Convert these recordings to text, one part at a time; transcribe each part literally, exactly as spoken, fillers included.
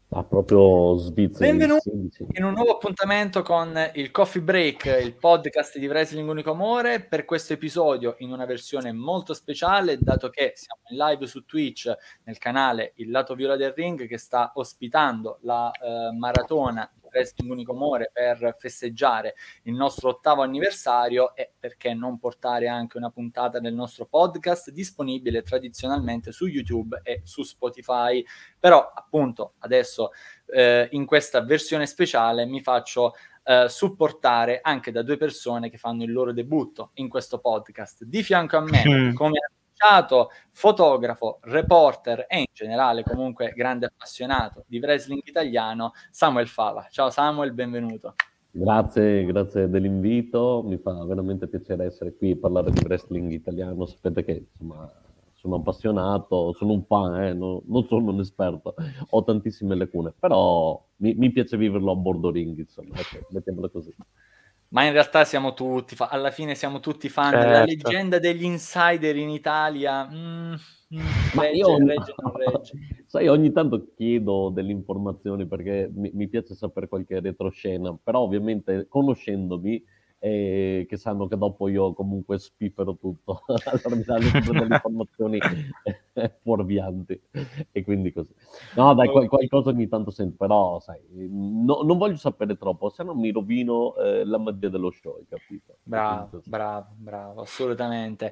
Ah, proprio svizzeri, Benvenuti sì, sì. in un nuovo appuntamento con il Coffee Break, il podcast di Wrestling Unico Amore. Per questo episodio in una versione molto speciale, dato che siamo in live su Twitch nel canale Il Lato Viola del Ring, che sta ospitando la eh, maratona di Wrestling Unico Amore per festeggiare il nostro ottavo anniversario, e perché non portare anche una puntata del nostro podcast disponibile tradizionalmente su YouTube e su Spotify. Però appunto adesso eh, in questa versione speciale mi faccio eh, supportare anche da due persone che fanno il loro debutto in questo podcast. Di fianco a me, Mm. come associato, fotografo, reporter e in generale comunque grande appassionato di wrestling italiano, Samuel Fava. Ciao Samuel, benvenuto. Grazie, grazie dell'invito, mi fa veramente piacere essere qui e parlare di wrestling italiano. Sapete che insomma sono appassionato, sono un fan, eh, no- non sono un esperto, ho tantissime lacune, però mi, mi piace viverlo a bordo ring, insomma, ecco, mettiamola così. Ma in realtà siamo tutti, fa- alla fine siamo tutti fan. La Certo. leggenda degli insider in Italia, mm, mm, Ma io, regge, regge, non regge. sai, ogni tanto chiedo delle informazioni perché mi, mi piace sapere qualche retroscena, però ovviamente conoscendomi, eh, che sanno che dopo io comunque spiffero tutto, allora mi danno sempre delle informazioni eh, fuorvianti e quindi così. No, dai, qual- Ok. qualcosa ogni tanto sento, però sai, no- non voglio sapere troppo, se no mi rovino eh, la magia dello show, hai capito? E quindi Bravo, così. bravo, bravo, assolutamente.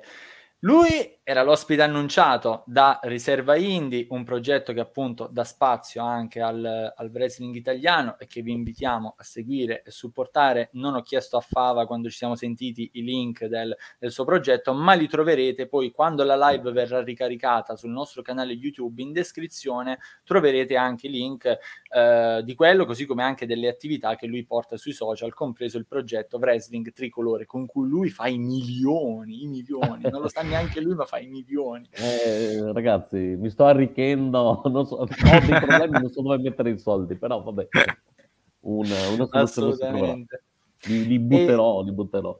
Lui era l'ospite annunciato da Riserva Indie, un progetto che appunto dà spazio anche al, al wrestling italiano e che vi invitiamo a seguire e supportare. Non ho chiesto a Fava quando ci siamo sentiti i link del, del suo progetto, ma li troverete poi quando la live verrà ricaricata sul nostro canale YouTube. In descrizione troverete anche i link eh, di quello, così come anche delle attività che lui porta sui social, compreso il progetto Wrestling Tricolore, con cui lui fa i milioni, i milioni, non lo sa neanche lui, ma fa i milioni. Eh, ragazzi, mi sto arricchendo, non so- ho dei problemi, non so dove mettere i soldi, però vabbè, una, una soluzione si troverà. Assolutamente. Li, li E, butterò, li butterò.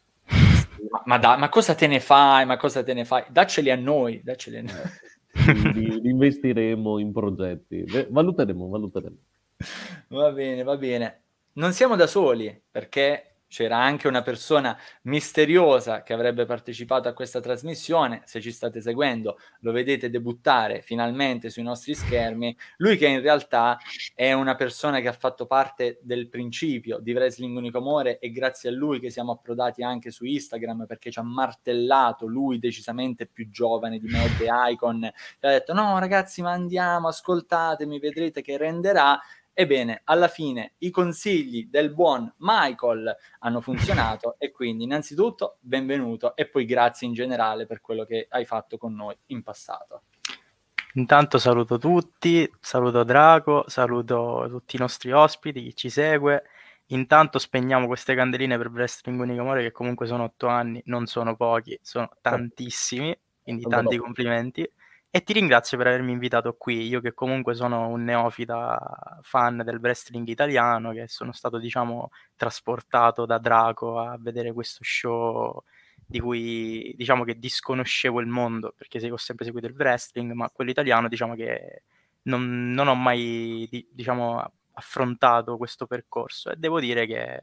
ma, ma, da, ma cosa te ne fai? Ma cosa te ne fai? Dacceli a noi, dacceli a noi. Eh, li, li- li investiremo in progetti. Ve- Valuteremo, valuteremo. Va bene, va bene. Non siamo da soli, perché c'era anche una persona misteriosa che avrebbe partecipato a questa trasmissione. Se ci state seguendo, lo vedete debuttare finalmente sui nostri schermi. Lui che in realtà è una persona che ha fatto parte del principio di Wrestling Unico Amore, e grazie a lui che siamo approdati anche su Instagram, perché ci ha martellato, lui decisamente più giovane di me, The Icon, che ha detto no ragazzi, ma andiamo, ascoltatemi, vedrete che renderà. Ebbene, alla fine i consigli del buon Michael hanno funzionato, e quindi innanzitutto benvenuto e poi grazie in generale per quello che hai fatto con noi in passato. Intanto saluto tutti, saluto Draco, saluto tutti i nostri ospiti, chi ci segue. Intanto spegniamo queste candeline per Wrestling Unico Amore, che comunque sono otto anni, non sono pochi, sono tantissimi, quindi tanti Andrò. complimenti. E ti ringrazio per avermi invitato qui, io che comunque sono un neofita fan del wrestling italiano, che sono stato, diciamo, trasportato da Draco a vedere questo show di cui diciamo che disconoscevo il mondo, perché ho sempre seguito il wrestling, ma quello italiano diciamo che non, non ho mai di- diciamo, affrontato questo percorso, e devo dire che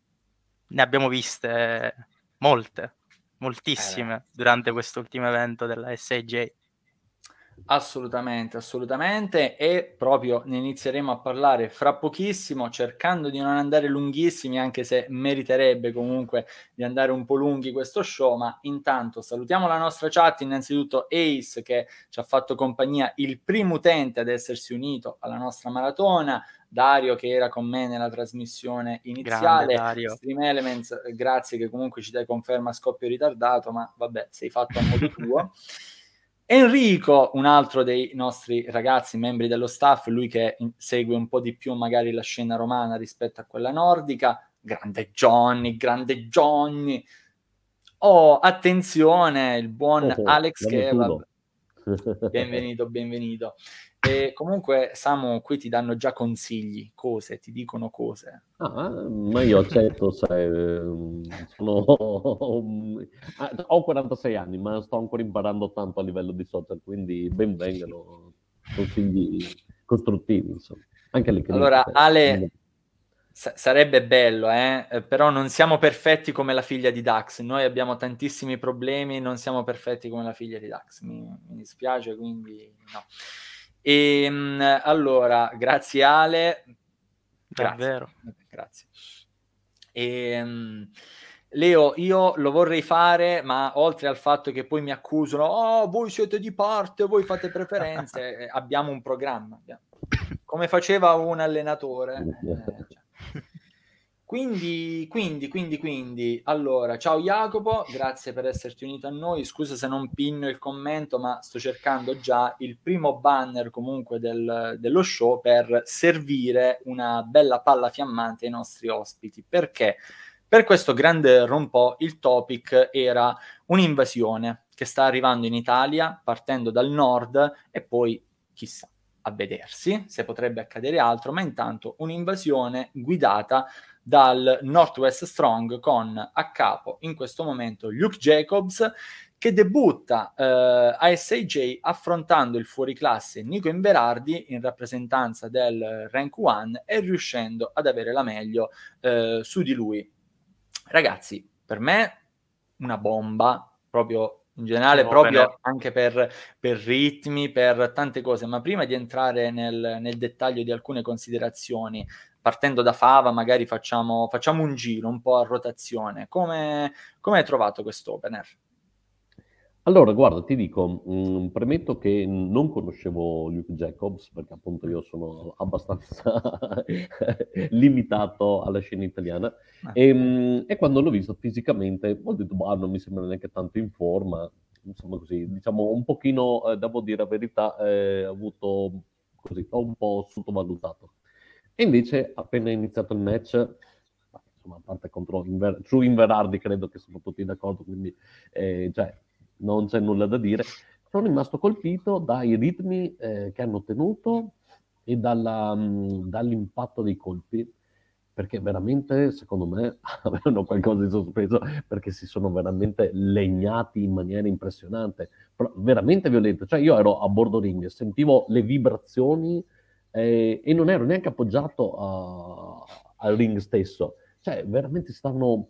ne abbiamo viste molte, Eh beh, moltissime durante quest'ultimo evento della S I J. assolutamente, assolutamente, e proprio ne inizieremo a parlare fra pochissimo, cercando di non andare lunghissimi, anche se meriterebbe comunque di andare un po' lunghi questo show. Ma intanto salutiamo la nostra chat, innanzitutto Ace che ci ha fatto compagnia, il primo utente ad essersi unito alla nostra maratona, Dario che era con me nella trasmissione Grande iniziale, Dario. Stream Elements, grazie che comunque ci dai conferma a scoppio ritardato, ma vabbè, sei fatto a modo tuo. Enrico, un altro dei nostri ragazzi, membri dello staff, lui che segue un po' di più magari la scena romana rispetto a quella nordica, grande Johnny, grande Johnny. Oh, attenzione, il buon Oh, oh, Alex la Kebab. maturo. Benvenuto, benvenuito. E comunque, Samu, qui ti danno già consigli, cose, ti dicono cose. Ah, ma io accetto, sai, ehm, sono, ah, ho quarantasei anni, ma sto ancora imparando tanto a livello di social, quindi ben vengano. consigli costruttivi, insomma. Anche le critiche. Allora, Ale, sa- sarebbe bello, eh? Eh, però non siamo perfetti come la figlia di Dax. Noi abbiamo tantissimi problemi, non siamo perfetti come la figlia di Dax. Mi, mi dispiace, quindi no. E, mh, allora, grazie Ale. Grazie. Davvero. Grazie. E, mh, Leo, io lo vorrei fare, ma oltre al fatto che poi mi accusano, oh, voi siete di parte, voi fate preferenze, eh, abbiamo un programma. Abbiamo. Come faceva un allenatore. Eh, cioè. Quindi, quindi, quindi, quindi, allora, ciao Jacopo, grazie per esserti unito a noi, scusa se non pinno il commento, ma sto cercando già il primo banner comunque del, dello show per servire una bella palla fiammante ai nostri ospiti, perché per questo grande rompo il topic era un'invasione che sta arrivando in Italia, partendo dal nord e poi, chissà, a vedersi se potrebbe accadere altro, ma intanto un'invasione guidata dal Northwest Strong con a capo in questo momento Luke Jacobs, che debutta eh, a S I J affrontando il fuoriclasse Nico Inverardi in rappresentanza del Rank uno e riuscendo ad avere la meglio eh, su di lui. Ragazzi, per me una bomba, proprio in generale, No, proprio bene. anche per, per ritmi, per tante cose, ma prima di entrare nel, nel dettaglio di alcune considerazioni, partendo da Fava, magari facciamo, facciamo un giro un po' a rotazione. Come, come hai trovato quest'opener? Allora, guarda, ti dico, mh, premetto che non conoscevo Luke Jacobs, perché appunto io sono abbastanza limitato alla scena italiana, Ah. e, mh, e quando l'ho visto fisicamente ho detto, bah, non mi sembra neanche tanto in forma, insomma così, diciamo un pochino, eh, devo dire la verità, eh, ho avuto così, ho un po' sottovalutato. E invece, appena iniziato il match, ma, insomma, a parte contro Inver- True Inverardi, credo che siamo tutti d'accordo, quindi eh, cioè, non c'è nulla da dire. Sono rimasto colpito dai ritmi eh, che hanno tenuto e dalla, mh, dall'impatto dei colpi, perché veramente, secondo me, avevano qualcosa di sospeso, perché si sono veramente legnati in maniera impressionante, però veramente violento. Cioè, io ero a bordo ring, sentivo le vibrazioni eh, e non ero neanche appoggiato a- al ring stesso. Cioè, veramente stavano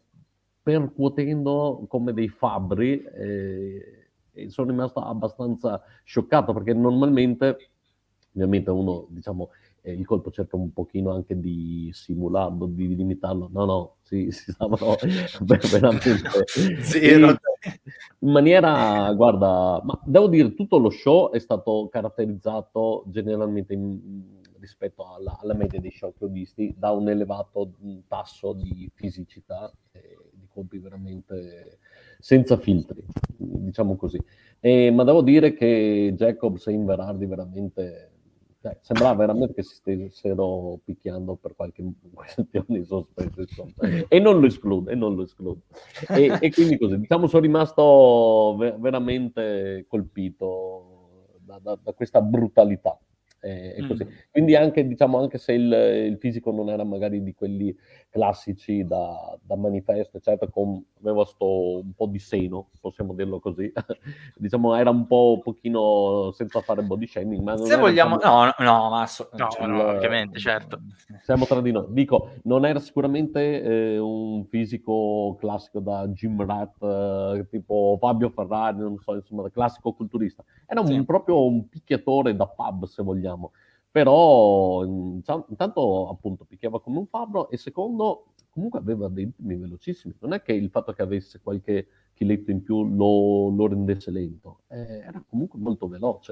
percuotendo come dei fabbri eh, e sono rimasto abbastanza scioccato perché normalmente, ovviamente uno, diciamo, eh, il colpo cerca un pochino anche di simularlo, di limitarlo. No, no, si, si stavano veramente... Zero. In maniera, guarda, ma devo dire, tutto lo show è stato caratterizzato generalmente in, rispetto alla, alla, media dei show che ho visti da un elevato tasso di fisicità e di colpi veramente senza filtri, diciamo così. E, ma devo dire che Jacobs e Inverardi veramente... Cioè, sembrava veramente che si stessero picchiando per qualche questione sospesa, insomma. E non lo escludo, e non lo escludo. E, e quindi così, diciamo, sono rimasto ve- veramente colpito da, da, da questa brutalità. E, e così. Mm. Quindi anche, diciamo, anche se il, il fisico non era magari di quelli classici da, da manifesto, eccetera, con, aveva sto un po' di seno, possiamo dirlo così, diciamo, era un po' un pochino senza fare body shaming, ma non Se era, vogliamo... diciamo, No, no, ma... So... No, cioè, no, il, ovviamente, certo. siamo tra di noi. Dico, non era sicuramente eh, un fisico classico da gym rat, eh, tipo Fabio Ferrari, non so, insomma, classico culturista. Era un, sì. proprio un picchiatore da pub, se vogliamo. Però intanto appunto picchiava come un fabbro e secondo comunque aveva dei ritmi velocissimi. Non è che il fatto che avesse qualche chiletto in più lo, lo rendesse lento, eh, era comunque molto veloce.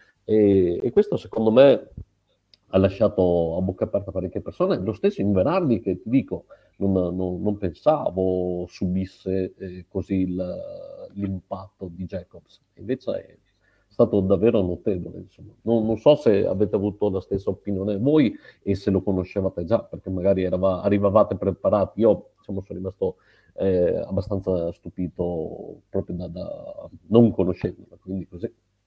E, e questo secondo me ha lasciato a bocca aperta parecchie persone. Lo stesso Inverardi che ti dico, non, non, non pensavo subisse eh, così il, l'impatto di Jacobs. Invece è stato davvero notevole. Insomma. Non, non so se avete avuto la stessa opinione voi e se lo conoscevate già, perché magari erava, arrivavate preparati. Io diciamo, sono rimasto eh, abbastanza stupito proprio da, da non conoscendolo, quindi così.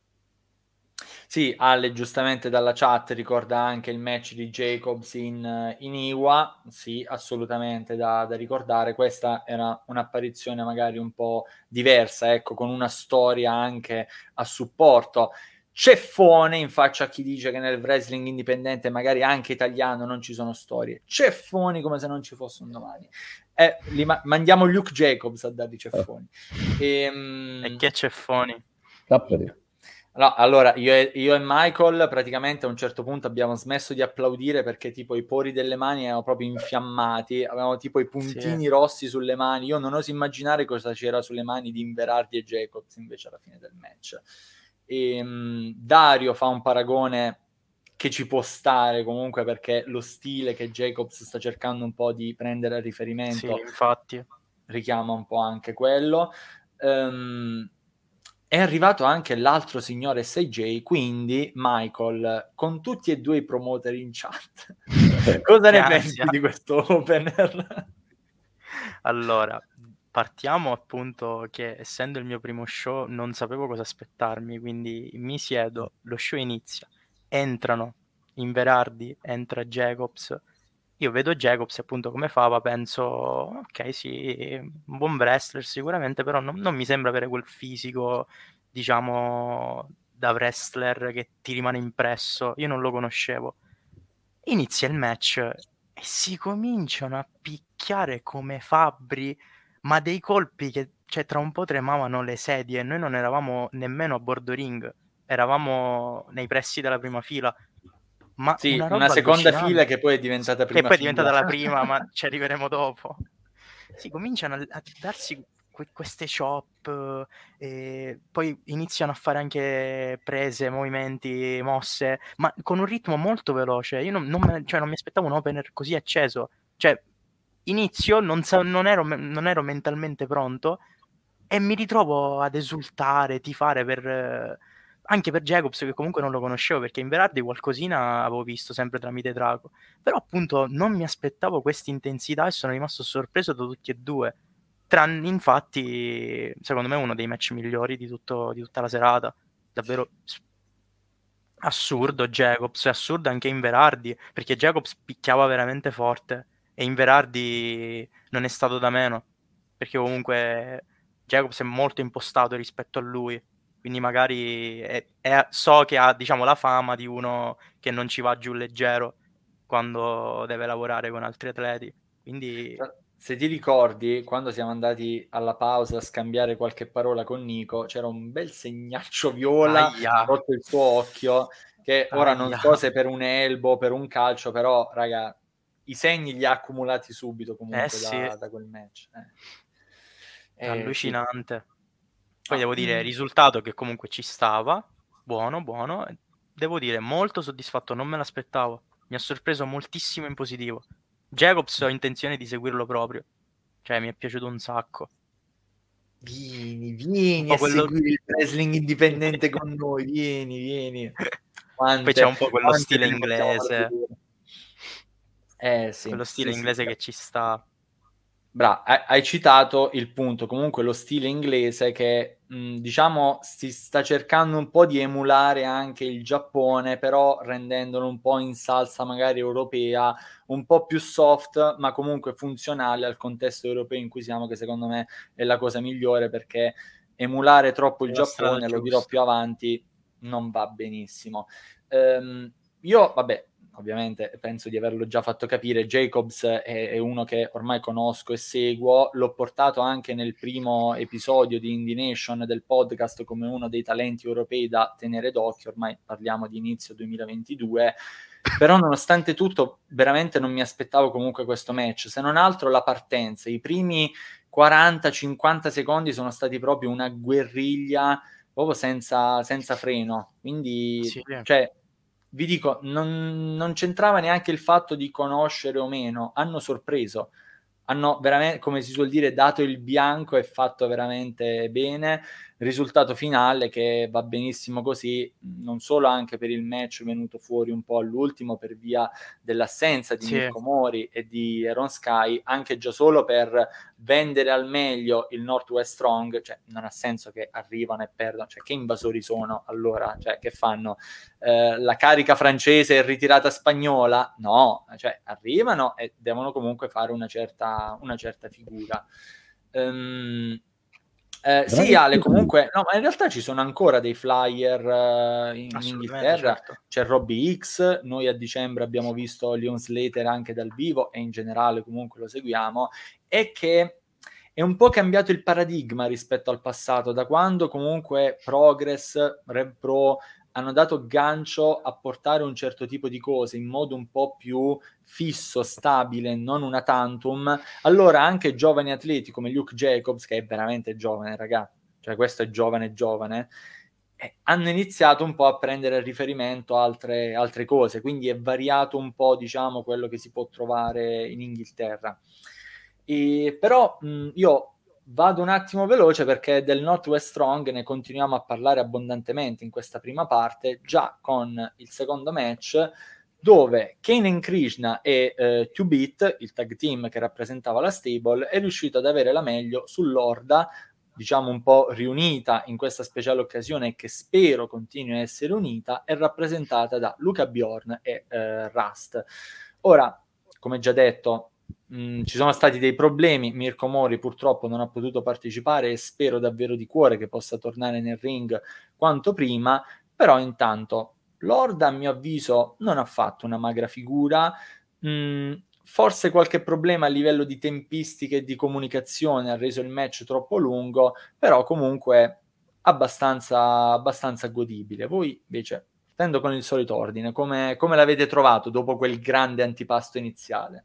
Sì, Ale giustamente dalla chat ricorda anche il match di Jacobs in, in Iwa, sì, assolutamente da, da ricordare. Questa era un'apparizione magari un po' diversa, ecco, con una storia anche a supporto. ceffone in faccia a chi dice che nel wrestling indipendente, magari anche italiano, non ci sono storie. Ceffoni come se non ci fosse un domani. Eh, li ma- mandiamo Luke Jacobs a dargli ceffoni. E, um... e che ceffoni? Capperi. No, allora, io e, io e Michael praticamente a un certo punto abbiamo smesso di applaudire perché tipo i pori delle mani erano proprio infiammati, avevamo tipo i puntini sì. rossi sulle mani. Io non oso immaginare cosa c'era sulle mani di Inverardi e Jacobs invece alla fine del match. E, um, Dario fa un paragone che ci può stare comunque, perché lo stile che Jacobs sta cercando un po' di prendere a riferimento, sì, infatti richiama un po' anche quello. Um, è arrivato anche l'altro signore S J, quindi Michael, con tutti e due i promoter in chat, cosa ne pensi di questo opener? Allora, partiamo appunto che essendo il mio primo show non sapevo cosa aspettarmi, quindi mi siedo, lo show inizia, entrano Inverardi, entra Jacobs, io vedo Jacobs appunto come fa, penso ok sì, un buon wrestler sicuramente, però non, non mi sembra avere quel fisico, diciamo, da wrestler che ti rimane impresso, io non lo conoscevo. Inizia il match e si cominciano a picchiare come fabbri, ma dei colpi che, cioè, tra un po' tremavano le sedie. Noi non eravamo nemmeno a bordo ring, eravamo nei pressi della prima fila. Ma sì, una roba una seconda allucinante, fila che poi è diventata prima che poi è fila. diventata la prima, ma ci arriveremo dopo. Si cominciano a, a darsi que- queste chop, e poi iniziano a fare anche prese, movimenti, mosse, ma con un ritmo molto veloce. Io non, non, me, cioè, non mi aspettavo un opener così acceso. Cioè, inizio, non, sa, non, ero, non ero mentalmente pronto e mi ritrovo ad esultare, tifare per... anche per Jacobs, che comunque non lo conoscevo, perché in Verardi qualcosina avevo visto sempre tramite Drago, però appunto non mi aspettavo questa intensità e sono rimasto sorpreso da tutti e due. Tranne, infatti, secondo me uno dei match migliori di, tutto, di tutta la serata, davvero assurdo Jacobs, è assurdo anche Inverardi, perché Jacobs picchiava veramente forte e Inverardi non è stato da meno, perché comunque Jacobs è molto impostato rispetto a lui, quindi magari è, è, so che ha, diciamo, la fama di uno che non ci va giù leggero quando deve lavorare con altri atleti, quindi... Se ti ricordi, quando siamo andati alla pausa a scambiare qualche parola con Nico, c'era un bel segnaccio viola Aia. sotto il suo occhio, che ora Aia. non so se per un elbow, per un calcio, però, raga, i segni li ha accumulati subito comunque eh sì. da, da quel match. Eh. Allucinante. Eh, sì. Poi ah, devo dire, mm. il risultato che comunque ci stava, buono, buono, devo dire molto soddisfatto, non me l'aspettavo, mi ha sorpreso moltissimo in positivo. Jacobs ho intenzione di seguirlo proprio, cioè mi è piaciuto un sacco. Vieni, vieni a quello... seguire il wrestling indipendente con noi, vieni, vieni. Quante, Poi c'è un po' quello stile inglese, eh, sì, quello stile sì, inglese sì. che ci sta. Bra, hai citato il punto, comunque lo stile inglese che mh, diciamo si sta cercando un po' di emulare anche il Giappone, però rendendolo un po' in salsa magari europea, un po' più soft, ma comunque funzionale al contesto europeo in cui siamo, che secondo me è la cosa migliore, perché emulare troppo il Giappone, lo dirò più avanti, non va benissimo. Ehm, io, vabbè, ovviamente penso di averlo già fatto capire, Jacobs è, è uno che ormai conosco e seguo, l'ho portato anche nel primo episodio di Indie Nation del podcast come uno dei talenti europei da tenere d'occhio, ormai parliamo di inizio duemilaventidue, però nonostante tutto veramente non mi aspettavo comunque questo match, se non altro la partenza, i primi quaranta cinquanta secondi sono stati proprio una guerriglia proprio senza, senza freno, quindi Sì. cioè vi dico, non, non c'entrava neanche il fatto di conoscere o meno, hanno sorpreso, hanno veramente, come si suol dire, dato il bianco e fatto veramente bene. Risultato finale che va benissimo così, non solo anche per il match venuto fuori un po' all'ultimo per via dell'assenza di sì. Mirko Mori e di Aaron Sky, anche già solo per vendere al meglio il Northwest Strong, cioè non ha senso che arrivano e perdono, cioè che invasori sono allora, cioè che fanno eh, la carica francese e ritirata spagnola? No, cioè arrivano e devono comunque fare una certa, una certa figura. Um, Eh, sì, Ale, comunque, no, ma in realtà ci sono ancora dei flyer uh, in, in Inghilterra, certo. c'è Robbie X, noi a dicembre abbiamo visto Leon Slater anche dal vivo e in generale comunque lo seguiamo, e che è un po' cambiato il paradigma rispetto al passato, da quando comunque Progress, Rev Pro hanno dato gancio a portare un certo tipo di cose in modo un po' più fisso, stabile, non una tantum. Allora anche giovani atleti come Luke Jacobs, che è veramente giovane, ragazzi, cioè questo è giovane giovane, eh, hanno iniziato un po' a prendere a riferimento altre, altre cose, quindi è variato un po', diciamo, quello che si può trovare in Inghilterra. E, però mh, io vado un attimo veloce perché del Northwest Strong ne continuiamo a parlare abbondantemente in questa prima parte, già con il secondo match, dove Kanan Krishna e eh, two bit, il tag team che rappresentava la stable, è riuscito ad avere la meglio sull'Orda, diciamo un po' riunita in questa speciale occasione, che spero continui a essere unita, è rappresentata da Luca Bjorn e eh, Rust. Ora, come già detto, mh, ci sono stati dei problemi, Mirko Mori purtroppo non ha potuto partecipare e spero davvero di cuore che possa tornare nel ring quanto prima, però intanto Lord a mio avviso non ha fatto una magra figura, mh, forse qualche problema a livello di tempistiche e di comunicazione ha reso il match troppo lungo, però comunque abbastanza, abbastanza godibile. Voi invece, partendo con il solito ordine, come, come l'avete trovato dopo quel grande antipasto iniziale?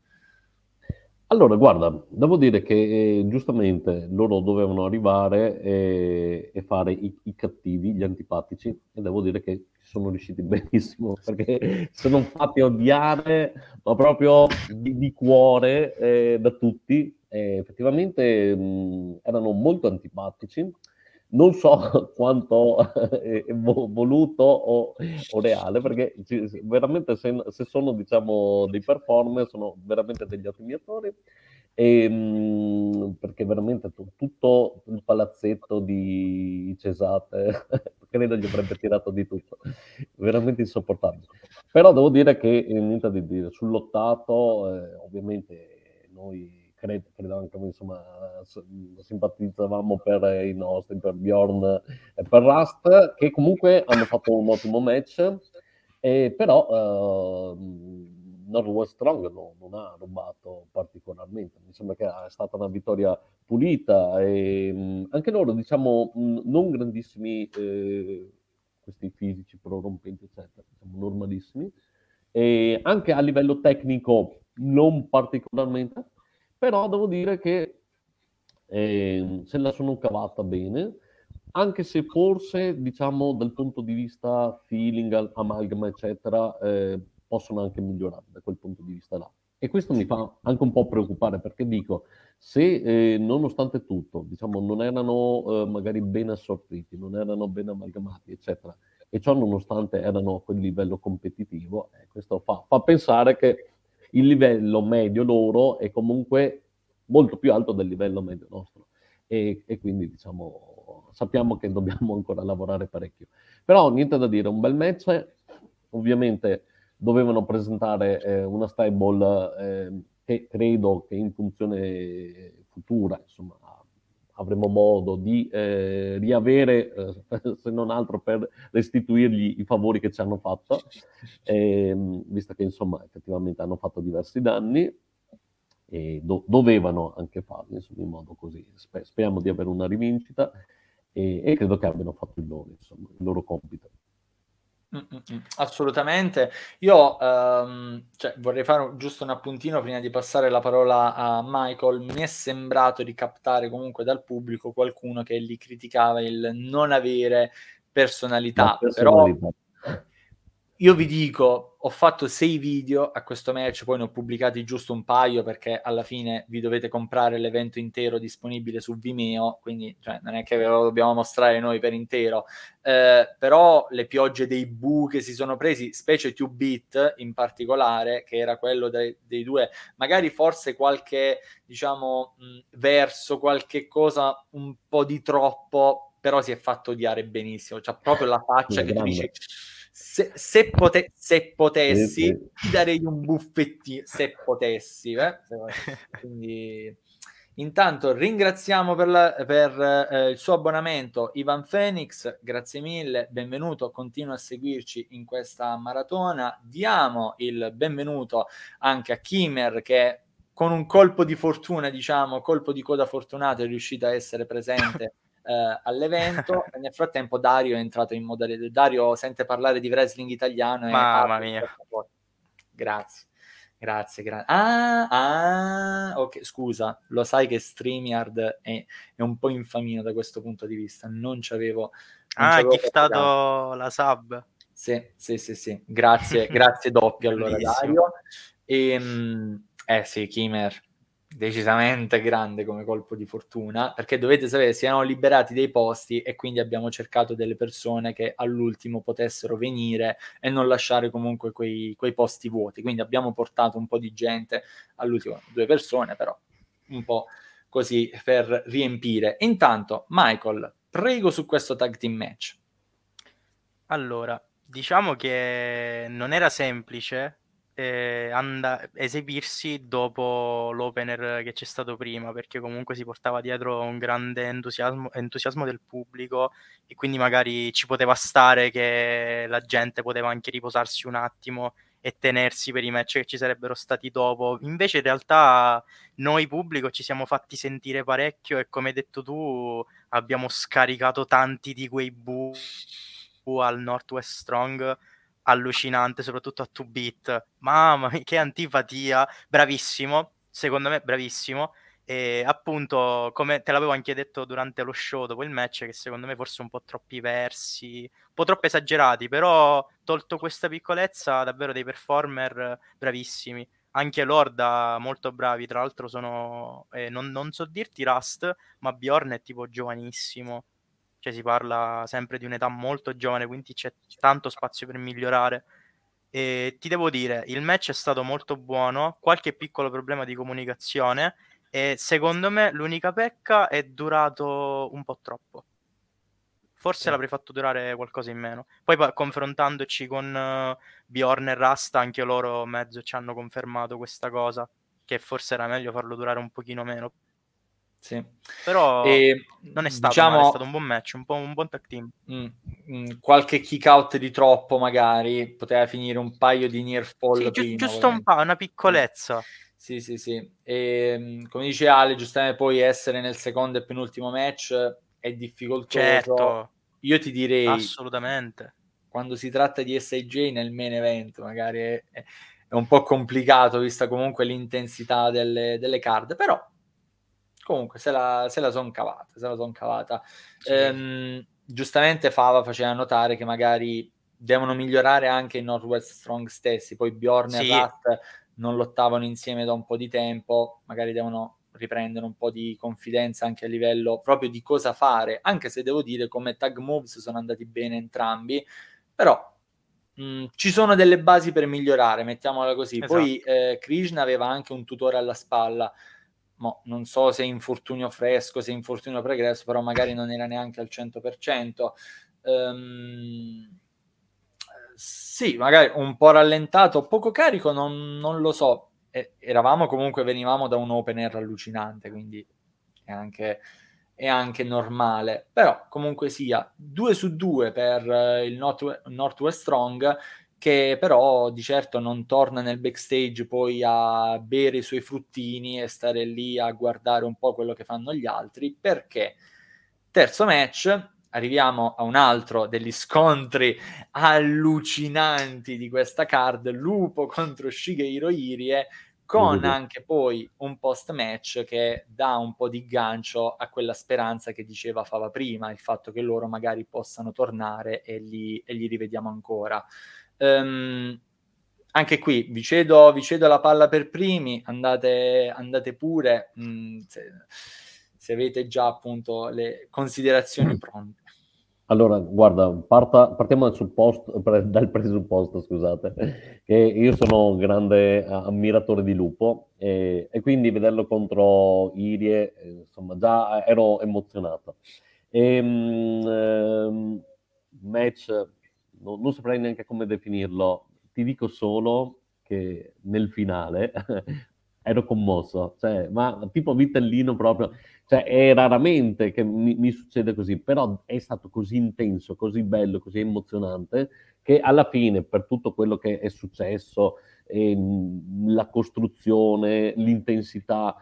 Allora, guarda, devo dire che eh, giustamente loro dovevano arrivare e, e fare i, i cattivi, gli antipatici, e devo dire che ci sono riusciti benissimo, perché si sono fatti odiare, ma proprio di, di cuore eh, da tutti. E effettivamente mh, erano molto antipatici. Non so quanto è voluto o, o reale, perché ci- veramente se, se sono diciamo dei performer, sono veramente degli ottimi attori. E, mh, perché veramente tu- tutto il palazzetto di Cesate credo gli avrebbe tirato di tutto, veramente insopportabile. Però devo dire che eh, niente da dire, sull'ottato eh, ovviamente noi cred- credo anche noi, insomma, s- simpatizzavamo per i nostri, per Bjorn e per Rust, che comunque hanno fatto un ottimo match, e però eh, Northwest Strong no- non ha rubato particolarmente, mi sembra che è stata una vittoria pulita e mh, anche loro, diciamo, mh, non grandissimi eh, questi fisici prorompenti, eccetera, diciamo normalissimi, e anche a livello tecnico non particolarmente, però devo dire che eh, se la sono cavata bene, anche se forse, diciamo, dal punto di vista feeling, al- amalgama, eccetera, eh, possono anche migliorare da quel punto di vista là. E questo mi fa anche un po' preoccupare perché dico, se eh, nonostante tutto, diciamo, non erano eh, magari ben assortiti, non erano ben amalgamati, eccetera, e ciò nonostante erano a quel livello competitivo, eh, questo fa, fa pensare che il livello medio loro è comunque molto più alto del livello medio nostro e, e quindi diciamo sappiamo che dobbiamo ancora lavorare parecchio. Però niente da dire, un bel match, ovviamente dovevano presentare eh, una stable eh, che credo che in funzione futura, insomma, avremo modo di eh, riavere, eh, se non altro per restituirgli i favori che ci hanno fatto, ehm, visto che insomma effettivamente hanno fatto diversi danni e do- dovevano anche farlo insomma, in modo così. Spe- speriamo di avere una rivincita e, e credo che abbiano fatto il loro, insomma, il loro compito. Mm, mm, mm, assolutamente. Io ehm, cioè, vorrei fare un- giusto un appuntino prima di passare la parola a Michael. Mi è sembrato di captare comunque dal pubblico qualcuno che li criticava il non avere La personalità, però personalità. io vi dico, ho fatto sei video a questo match, poi ne ho pubblicati giusto un paio perché alla fine vi dovete comprare l'evento intero disponibile su Vimeo, quindi cioè, non è che ve lo dobbiamo mostrare noi per intero, eh, però le piogge dei bu che si sono presi, specie two bit in particolare, che era quello dei, dei due, magari forse qualche, diciamo, mh, verso, qualche cosa un po' di troppo, però si è fatto odiare benissimo, c'ha proprio la faccia Una che tu dici... grande. Se, se, pote- se Sì, potessi, sì. ti darei un buffettino, se potessi, eh? Se- quindi Intanto ringraziamo per, la, per eh, il suo abbonamento Ivan Phoenix, grazie mille, benvenuto, continua a seguirci in questa maratona. Diamo il benvenuto anche a Kimmer che con un colpo di fortuna, diciamo, colpo di coda fortunato è riuscito a essere presente eh, all'evento. E nel frattempo Dario è entrato in modalità. Dario sente parlare di wrestling italiano e Mamma mia. Grazie. Grazie, grazie. Ah, ah, ok, scusa, lo sai che StreamYard è, è un po' infamino da questo punto di vista. Non ci avevo. Ah, ha giftato la sub. Sì, sì, sì, sì. Grazie, grazie doppio allora Bellissimo. Dario. E, eh sì, Kimmer, decisamente grande come colpo di fortuna, perché dovete sapere, si erano liberati dei posti e quindi abbiamo cercato delle persone che all'ultimo potessero venire e non lasciare comunque quei, quei posti vuoti. Quindi abbiamo portato un po' di gente all'ultimo, due persone però, un po' così per riempire. Intanto, Michael, prego su questo tag team match. Allora, diciamo che non era semplice eh, and- esibirsi dopo l'opener che c'è stato prima, perché comunque si portava dietro un grande entusiasmo, entusiasmo del pubblico e quindi magari ci poteva stare che la gente poteva anche riposarsi un attimo e tenersi per i match che ci sarebbero stati dopo. Invece in realtà noi pubblico ci siamo fatti sentire parecchio e come hai detto tu abbiamo scaricato tanti di quei bu al Northwest Strong, allucinante, soprattutto a two bit. Mamma mia, che antipatia, bravissimo, secondo me bravissimo. E appunto, come te l'avevo anche detto durante lo show dopo il match, che secondo me forse un po' troppi versi, un po' troppo esagerati, però tolto questa piccolezza, davvero dei performer bravissimi. Anche Lorda molto bravi, tra l'altro sono, eh, non, non so dirti Rust, ma Bjorn è tipo giovanissimo, cioè si parla sempre di un'età molto giovane, quindi c'è tanto spazio per migliorare. E ti devo dire, il match è stato molto buono, qualche piccolo problema di comunicazione e secondo me l'unica pecca è durato un po' troppo. Forse Sì. l'avrei fatto durare qualcosa in meno. Poi pa- confrontandoci con uh, Bjorn e Rasta, anche loro mezzo ci hanno confermato questa cosa, che forse era meglio farlo durare un pochino meno. Sì. Però E, non è stato diciamo, male, è stato un buon match, un po' un buon tag team. Mh, mh, qualche kick out di troppo magari, poteva finire un paio di near fall Sì, giu- prima. giusto un po', una piccolezza. Sì, sì, sì. E, come dice Ale, giustamente poi essere nel secondo e penultimo match è difficoltoso. Certo, Io ti direi, assolutamente. quando si tratta di S I J nel main event magari è, è, è un po' complicato vista comunque l'intensità delle, delle card, però comunque se la, se la son cavata, se la son cavata. Sì. Ehm, giustamente Fava faceva notare che magari devono migliorare anche i Northwest Strong stessi, poi Bjorn Sì. e Rat non lottavano insieme da un po' di tempo, magari devono riprendere un po' di confidenza anche a livello proprio di cosa fare, anche se devo dire come tag moves sono andati bene entrambi, però mh, ci sono delle basi per migliorare, mettiamola così. Esatto. Poi eh, Krishna aveva anche un tutore alla spalla, Mo, non so se infortunio fresco, se infortunio pregresso, però magari non era neanche al cento per cento. Um, sì, magari un po' rallentato, poco carico, non, non lo so. E, eravamo comunque, venivamo da un open air allucinante, quindi è anche, è anche normale. Però comunque sia, due su due per uh, il North, Northwest Strong, che però di certo non torna nel backstage poi a bere i suoi fruttini e stare lì a guardare un po' quello che fanno gli altri, perché terzo match, arriviamo a un altro degli scontri allucinanti di questa card, Lupo contro Shigehiro Irie, con anche poi un post match che dà un po' di gancio a quella speranza che diceva Fava prima, il fatto che loro magari possano tornare e li, e li rivediamo ancora. Um, anche qui vi cedo, vi cedo la palla per primi, andate, andate pure mh, se, se avete già appunto le considerazioni pronte. Allora, guarda, parta- partiamo dal, supposto- pre- dal presupposto, scusate, che io sono un grande eh, ammiratore di Lupo e, e quindi vederlo contro Irie, eh, insomma, già ero emozionato. E, mm, ehm, match, no- non saprei neanche come definirlo, ti dico solo che nel finale ero commosso, cioè, ma tipo Vitellino proprio, cioè, è raramente che mi, mi succede così, però è stato così intenso, così bello, così emozionante, che alla fine, per tutto quello che è successo, ehm, la costruzione, l'intensità,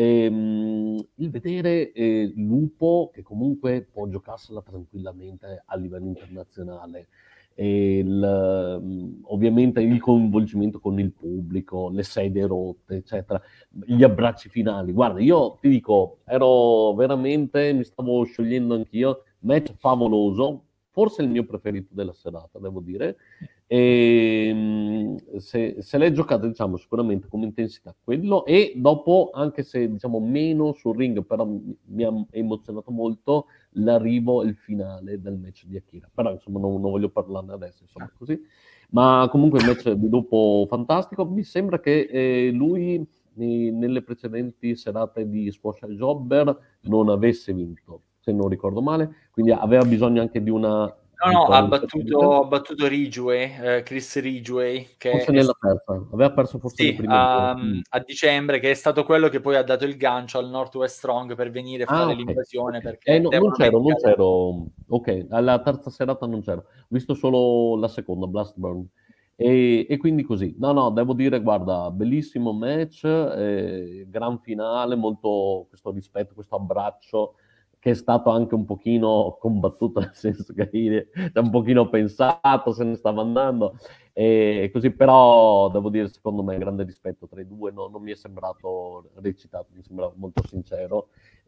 ehm, il vedere eh, Lupo che comunque può giocarsela tranquillamente a livello internazionale, e il, mm, ovviamente il coinvolgimento con il pubblico, le sedie rotte, eccetera, gli abbracci finali. Guarda, io ti dico, ero veramente, mi stavo sciogliendo anch'io, match favoloso, forse il mio preferito della serata, devo dire. E, mh, se, se l'hai giocata, diciamo, sicuramente come intensità quello, e dopo, anche se diciamo meno sul ring, però mi, mi ha emozionato molto l'arrivo e il finale del match di Akira. Però insomma non, non voglio parlarne adesso, insomma, così. Ma comunque il match di dopo fantastico. Mi sembra che eh, lui eh, nelle precedenti serate di Squash and Jobber non avesse vinto, se non ricordo male, quindi aveva bisogno anche di una No, no, ha vittoria in battuto, precedente. ha battuto Ridgway, eh, Chris Ridgway, che Forse è, nella terza, aveva perso forse le sì, prime due. a, Mm. a dicembre, che è stato quello che poi ha dato il gancio al Northwest Strong per venire a Ah, fare ok, l'invasione, ok. Eh, perché no, non devono c'ero, non medicare. c'ero. Ok, alla terza serata non c'ero. Ho visto solo la seconda, Blastburn. E, e quindi così. No, no, devo dire, guarda, bellissimo match, eh, gran finale, molto questo rispetto, questo abbraccio che è stato anche un pochino combattuto, nel senso che c'è un pochino pensato, se ne stava andando. E così, però devo dire, secondo me, grande rispetto tra i due, no, non mi è sembrato recitato, mi sembrava molto sincero.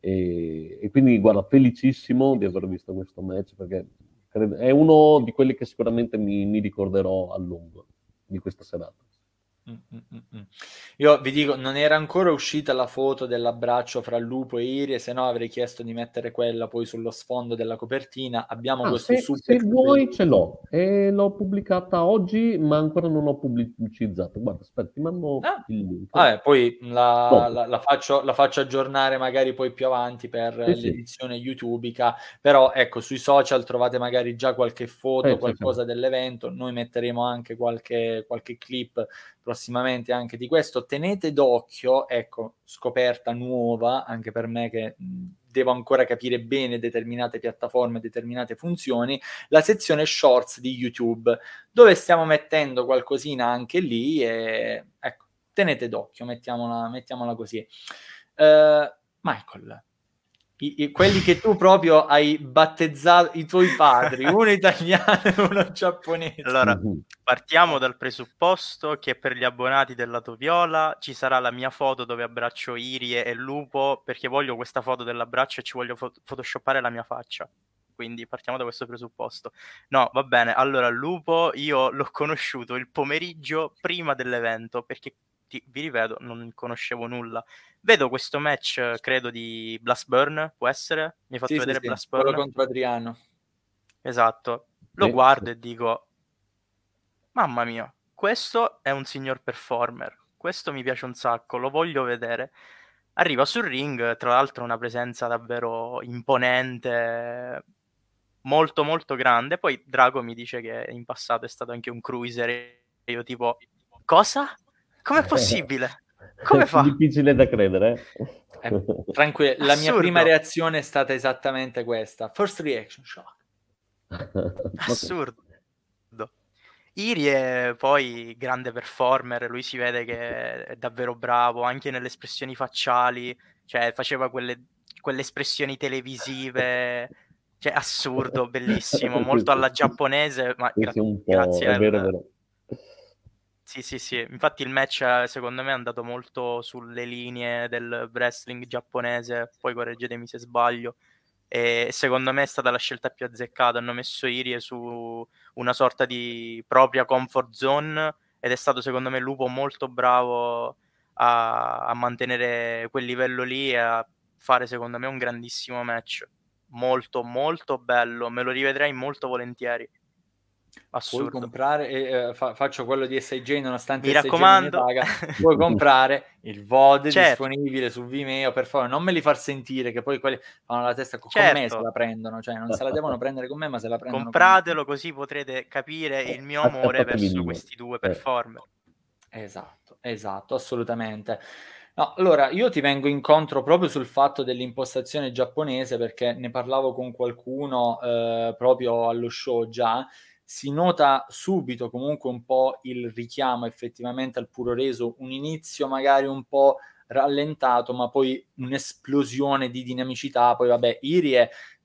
E, e quindi, guarda, felicissimo di aver visto questo match perché credo- è uno di quelli che sicuramente mi, mi ricorderò a lungo di questa serata. Mm, mm, mm, mm. Io vi dico, non era ancora uscita la foto dell'abbraccio fra Lupo e Irie, se no avrei chiesto di mettere quella poi sullo sfondo della copertina. Abbiamo Ah, questo se, se super vuoi ce l'ho, e l'ho pubblicata oggi, ma ancora non ho pubblicizzato. Guarda, aspetta, ti mando Ah, il link. vabbè, poi la, Dopo. la- la faccio, la faccio aggiornare magari poi più avanti per Sì, sì, l'edizione YouTubica, però ecco, sui social trovate magari già qualche foto, sì, sì, sì. qualcosa dell'evento, noi metteremo anche qualche, qualche clip prossimamente anche di questo. Tenete d'occhio, ecco, scoperta nuova anche per me che mh, devo ancora capire bene determinate piattaforme, determinate funzioni, la sezione shorts di YouTube, dove stiamo mettendo qualcosina anche lì e ecco, tenete d'occhio, mettiamola, mettiamola così. Uh, Michael, i, i, quelli che tu proprio hai battezzato, i tuoi padri, uno italiano e uno giapponese. Allora, Mm-hmm. partiamo dal presupposto che per gli abbonati del lato viola ci sarà la mia foto dove abbraccio Irie e Lupo, perché voglio questa foto dell'abbraccio e ci voglio fo- photoshoppare la mia faccia. Quindi partiamo da questo presupposto. No, va bene. Allora, Lupo io l'ho conosciuto il pomeriggio prima dell'evento, perché ti, vi ripeto, non conoscevo nulla. Vedo questo match, credo, di Blastburn, può essere? Mi hai fatto Sì, sì, vedere sì, quello Blastburn? contro Adriano. Esatto. Lo Sì, sì. guardo e dico, mamma mia, questo è un signor performer. Questo mi piace un sacco, lo voglio vedere. Arriva sul ring, tra l'altro una presenza davvero imponente, molto molto grande. Poi Drago mi dice che in passato è stato anche un cruiser e io tipo, cosa? Com'è possibile? Come fa? Difficile da credere, Eh, eh? tranquillo, la mia prima Assurdo, reazione è stata esattamente questa. First reaction, shock. Ok. assurdo. Irie poi grande performer, lui si vede che è davvero bravo anche nelle espressioni facciali, cioè faceva quelle, quelle espressioni televisive, cioè assurdo, bellissimo, Sì, molto sì. alla giapponese, ma Sì, gra- sì, un po', grazie è vero, è al... vero. Sì, sì, sì, infatti il match eh, secondo me è andato molto sulle linee del wrestling giapponese, poi correggetemi se sbaglio, e secondo me è stata la scelta più azzeccata. Hanno messo Irie su una sorta di propria comfort zone ed è stato secondo me Lupo molto bravo a, a mantenere quel livello lì e a fare secondo me un grandissimo match, molto molto bello, me lo rivedrei molto volentieri. Puoi Assurdo. comprare, eh, eh, fa- faccio quello di S I J nonostante Mi S I J non ne raccomando. paga, puoi comprare il V O D Certo, disponibile su Vimeo, per favore non me li far sentire che poi quelli fanno la testa, con me se certo. la prendono, cioè non se la devono prendere con me ma se la prendono con me. Compratelo così potrete capire il mio amore Acchiappatevi verso via. questi due Eh. performer. Esatto, esatto, assolutamente. No, allora io ti vengo incontro proprio sul fatto dell'impostazione giapponese, perché ne parlavo con qualcuno eh, proprio allo show già. Si nota subito comunque un po' il richiamo effettivamente al puro reso, un inizio magari un po' rallentato, ma poi un'esplosione di dinamicità. Poi vabbè, Irie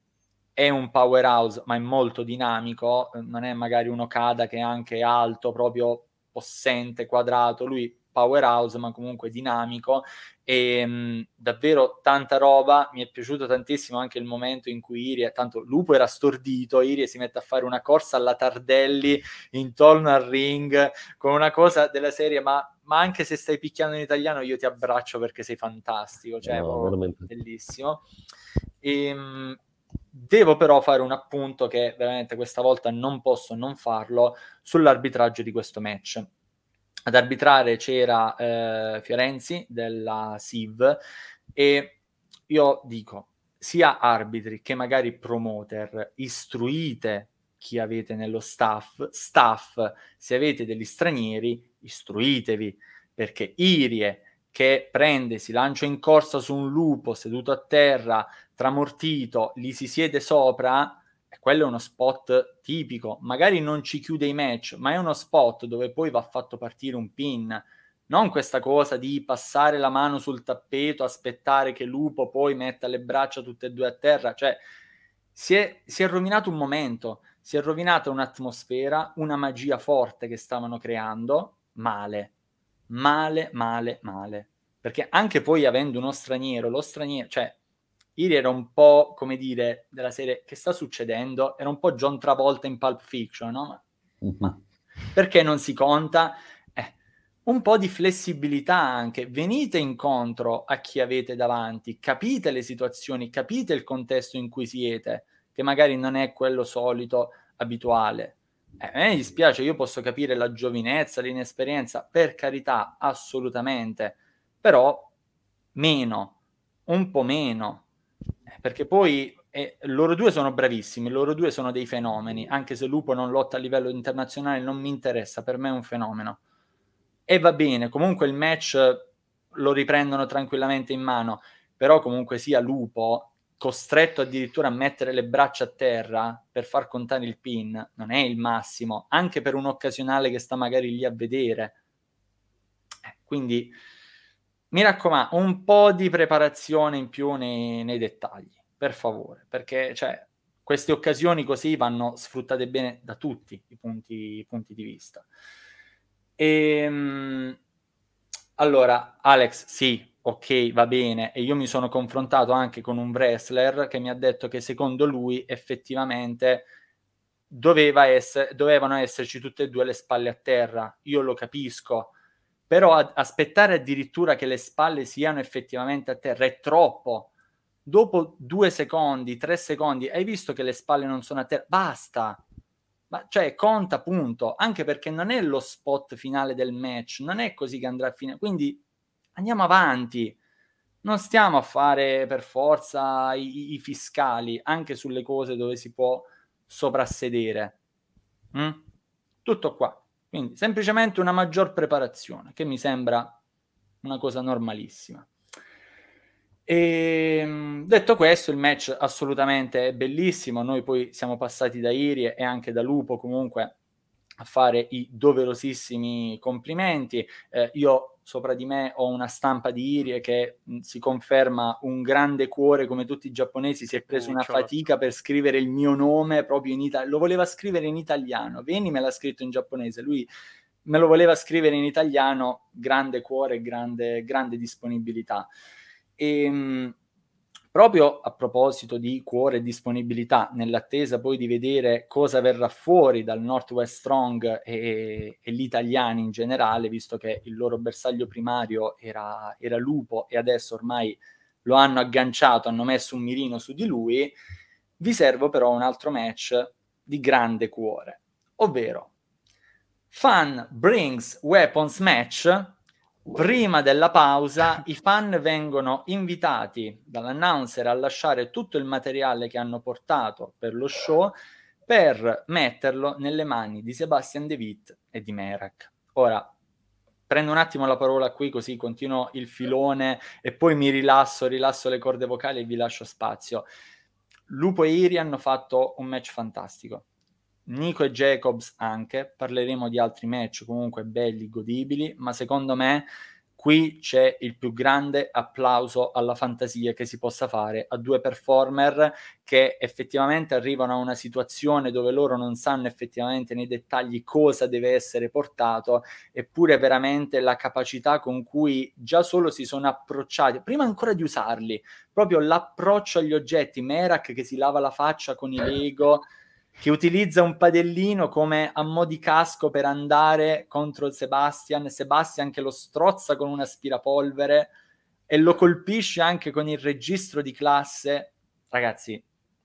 è un powerhouse, ma è molto dinamico, non è magari un Okada che è anche alto, proprio possente, quadrato, lui powerhouse, ma comunque dinamico, e mh, davvero tanta roba. Mi è piaciuto tantissimo anche il momento in cui Irie, tanto Lupo era stordito, Irie si mette a fare una corsa alla Tardelli intorno al ring, con una cosa della serie, ma, ma anche se stai picchiando in italiano io ti abbraccio perché sei fantastico, cioè No, oh, veramente. bellissimo. E, mh, devo però fare un appunto che veramente questa volta non posso non farlo sull'arbitraggio di questo match. Ad arbitrare c'era eh, Fiorenzi della S I V, e io dico, sia arbitri che magari promoter, istruite chi avete nello staff, staff, se avete degli stranieri, istruitevi, perché Irie che prende, si lancia in corsa su un lupo seduto a terra, tramortito, gli si siede sopra, e quello è uno spot tipico. Magari non ci chiude i match, ma è uno spot dove poi va fatto partire un pin. Non questa cosa di passare la mano sul tappeto, aspettare che Lupo poi metta le braccia tutte e due a terra. Cioè, si è, si è rovinato un momento, si è rovinata un'atmosfera, una magia forte che stavano creando, male. Male, male, male. Perché anche poi avendo uno straniero, lo straniero, cioè, ieri era un po', come dire, della serie, che sta succedendo? Era un po' John Travolta in Pulp Fiction, no? Ma, ma perché non si conta? Eh, un po' di flessibilità anche. Venite incontro a chi avete davanti, capite le situazioni, capite il contesto in cui siete, che magari non è quello solito, abituale. Eh, a me dispiace, io posso capire la giovinezza, l'inesperienza, per carità, assolutamente, però meno, un po' meno, eh, perché poi eh, loro due sono bravissimi, loro due sono dei fenomeni, anche se Lupo non lotta a livello internazionale, non mi interessa, per me è un fenomeno. E va bene, comunque il match lo riprendono tranquillamente in mano, però comunque sia Lupo costretto addirittura a mettere le braccia a terra per far contare il pin, non è il massimo, anche per un occasionale che sta magari lì a vedere. Eh, quindi mi raccomando, un po' di preparazione in più nei, nei dettagli, per favore, perché cioè, queste occasioni così vanno sfruttate bene da tutti i punti, i punti di vista. E, allora, Alex, sì, ok, va bene, e io mi sono confrontato anche con un wrestler che mi ha detto che secondo lui effettivamente doveva essere, dovevano esserci tutte e due le spalle a terra. Io lo capisco, però a- aspettare addirittura che le spalle siano effettivamente a terra è troppo. Dopo due secondi, tre secondi, hai visto che le spalle non sono a terra? Basta! Ma cioè, conta, punto. Anche perché non è lo spot finale del match, non è così che andrà a finire. Quindi andiamo avanti. Non stiamo a fare per forza i, i fiscali, anche sulle cose dove si può soprassedere. Mm? Tutto qua. Quindi semplicemente una maggior preparazione, che mi sembra una cosa normalissima. E, detto questo, il match assolutamente è bellissimo. Noi poi siamo passati da Irie e anche da Lupo comunque a fare i doverosissimi complimenti. Eh, io sopra di me ho una stampa di Irie che mh, si conferma un grande cuore, come tutti i giapponesi. Si è preso una fatica per scrivere il mio nome proprio in italiano. Lo voleva scrivere in italiano, Veni me l'ha scritto in giapponese, lui me lo voleva scrivere in italiano. Grande cuore, grande, grande disponibilità. E, mh, proprio a proposito di cuore e disponibilità, nell'attesa poi di vedere cosa verrà fuori dal Northwest Strong e, e gli italiani in generale, visto che il loro bersaglio primario era, era Lupo e adesso ormai lo hanno agganciato, hanno messo un mirino su di lui, vi servo però un altro match di grande cuore, ovvero Fan Brings Weapons Match. Prima della pausa i fan vengono invitati dall'announcer a lasciare tutto il materiale che hanno portato per lo show per metterlo nelle mani di Sebastian De Witt e di Merak. Ora, prendo un attimo la parola qui, così continuo il filone e poi mi rilasso, rilasso le corde vocali e vi lascio spazio. Lupo e Iri hanno fatto un match fantastico. Nico e Jacobs anche, parleremo di altri match comunque belli, godibili, ma secondo me qui c'è il più grande applauso alla fantasia che si possa fare a due performer che effettivamente arrivano a una situazione dove loro non sanno effettivamente nei dettagli cosa deve essere portato, eppure veramente la capacità con cui già solo si sono approcciati, prima ancora di usarli, proprio l'approccio agli oggetti, Merak che si lava la faccia con i Lego, che utilizza un padellino come a mo' di casco per andare contro Sebastian, Sebastian che lo strozza con un aspirapolvere e lo colpisce anche con il registro di classe. Ragazzi,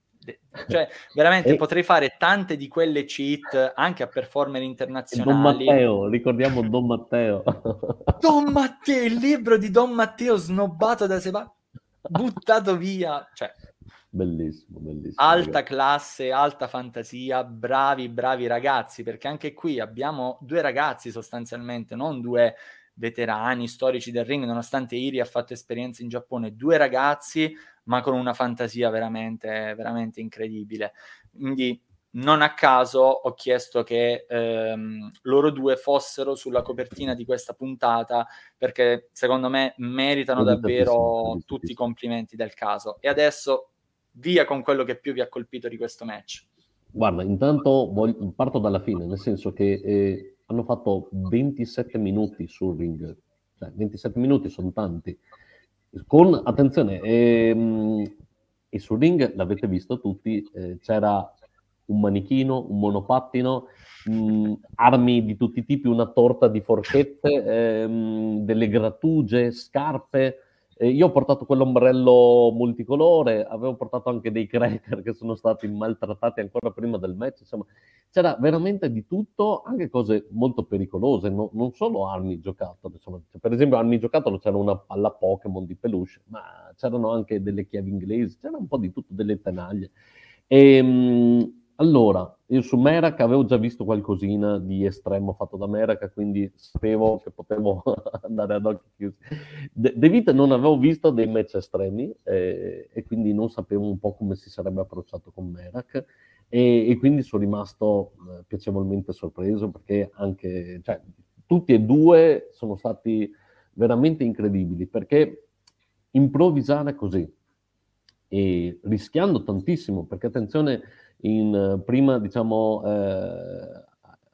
cioè veramente e, potrei fare tante di quelle cheat anche a performer e Don internazionali. Matteo, ricordiamo Don Matteo. Don Matteo, il libro di Don Matteo snobbato da Sebastian, buttato via, cioè Bellissimo, bellissimo. alta ragazzi. classe, alta fantasia, bravi, bravi ragazzi, perché anche qui abbiamo due ragazzi sostanzialmente, non due veterani storici del ring, nonostante Iri ha fatto esperienze in Giappone, due ragazzi, ma con una fantasia veramente, veramente incredibile. Quindi non a caso ho chiesto che ehm, loro due fossero sulla copertina di questa puntata, perché secondo me meritano davvero tutti i complimenti del caso. E adesso via con quello che più vi ha colpito di questo match. Guarda, intanto voglio, parto dalla fine, nel senso che eh, hanno fatto ventisette minuti sul ring, cioè ventisette minuti sono tanti. Con, attenzione, ehm, e sul ring l'avete visto tutti, eh, c'era un manichino, un monopattino, mh, armi di tutti i tipi, una torta di forchette, ehm, delle grattugie, scarpe. Eh, io ho portato quell'ombrello multicolore, avevo portato anche dei cracker che sono stati maltrattati ancora prima del match, insomma, c'era veramente di tutto, anche cose molto pericolose, no? Non solo armi giocattolo, insomma. Cioè, per esempio armi giocattolo c'era una palla Pokémon di peluche, ma c'erano anche delle chiavi inglesi, c'era un po' di tutto, delle tenaglie. E, mh, allora, io su Merak avevo già visto qualcosina di estremo fatto da Merak, quindi sapevo che potevo andare ad occhi chiusi. De, De Vita non avevo visto dei match estremi eh, e quindi non sapevo un po' come si sarebbe approcciato con Merak e, e quindi sono rimasto eh, piacevolmente sorpreso perché anche, cioè, tutti e due sono stati veramente incredibili perché improvvisare così e rischiando tantissimo, perché attenzione, in, prima diciamo eh,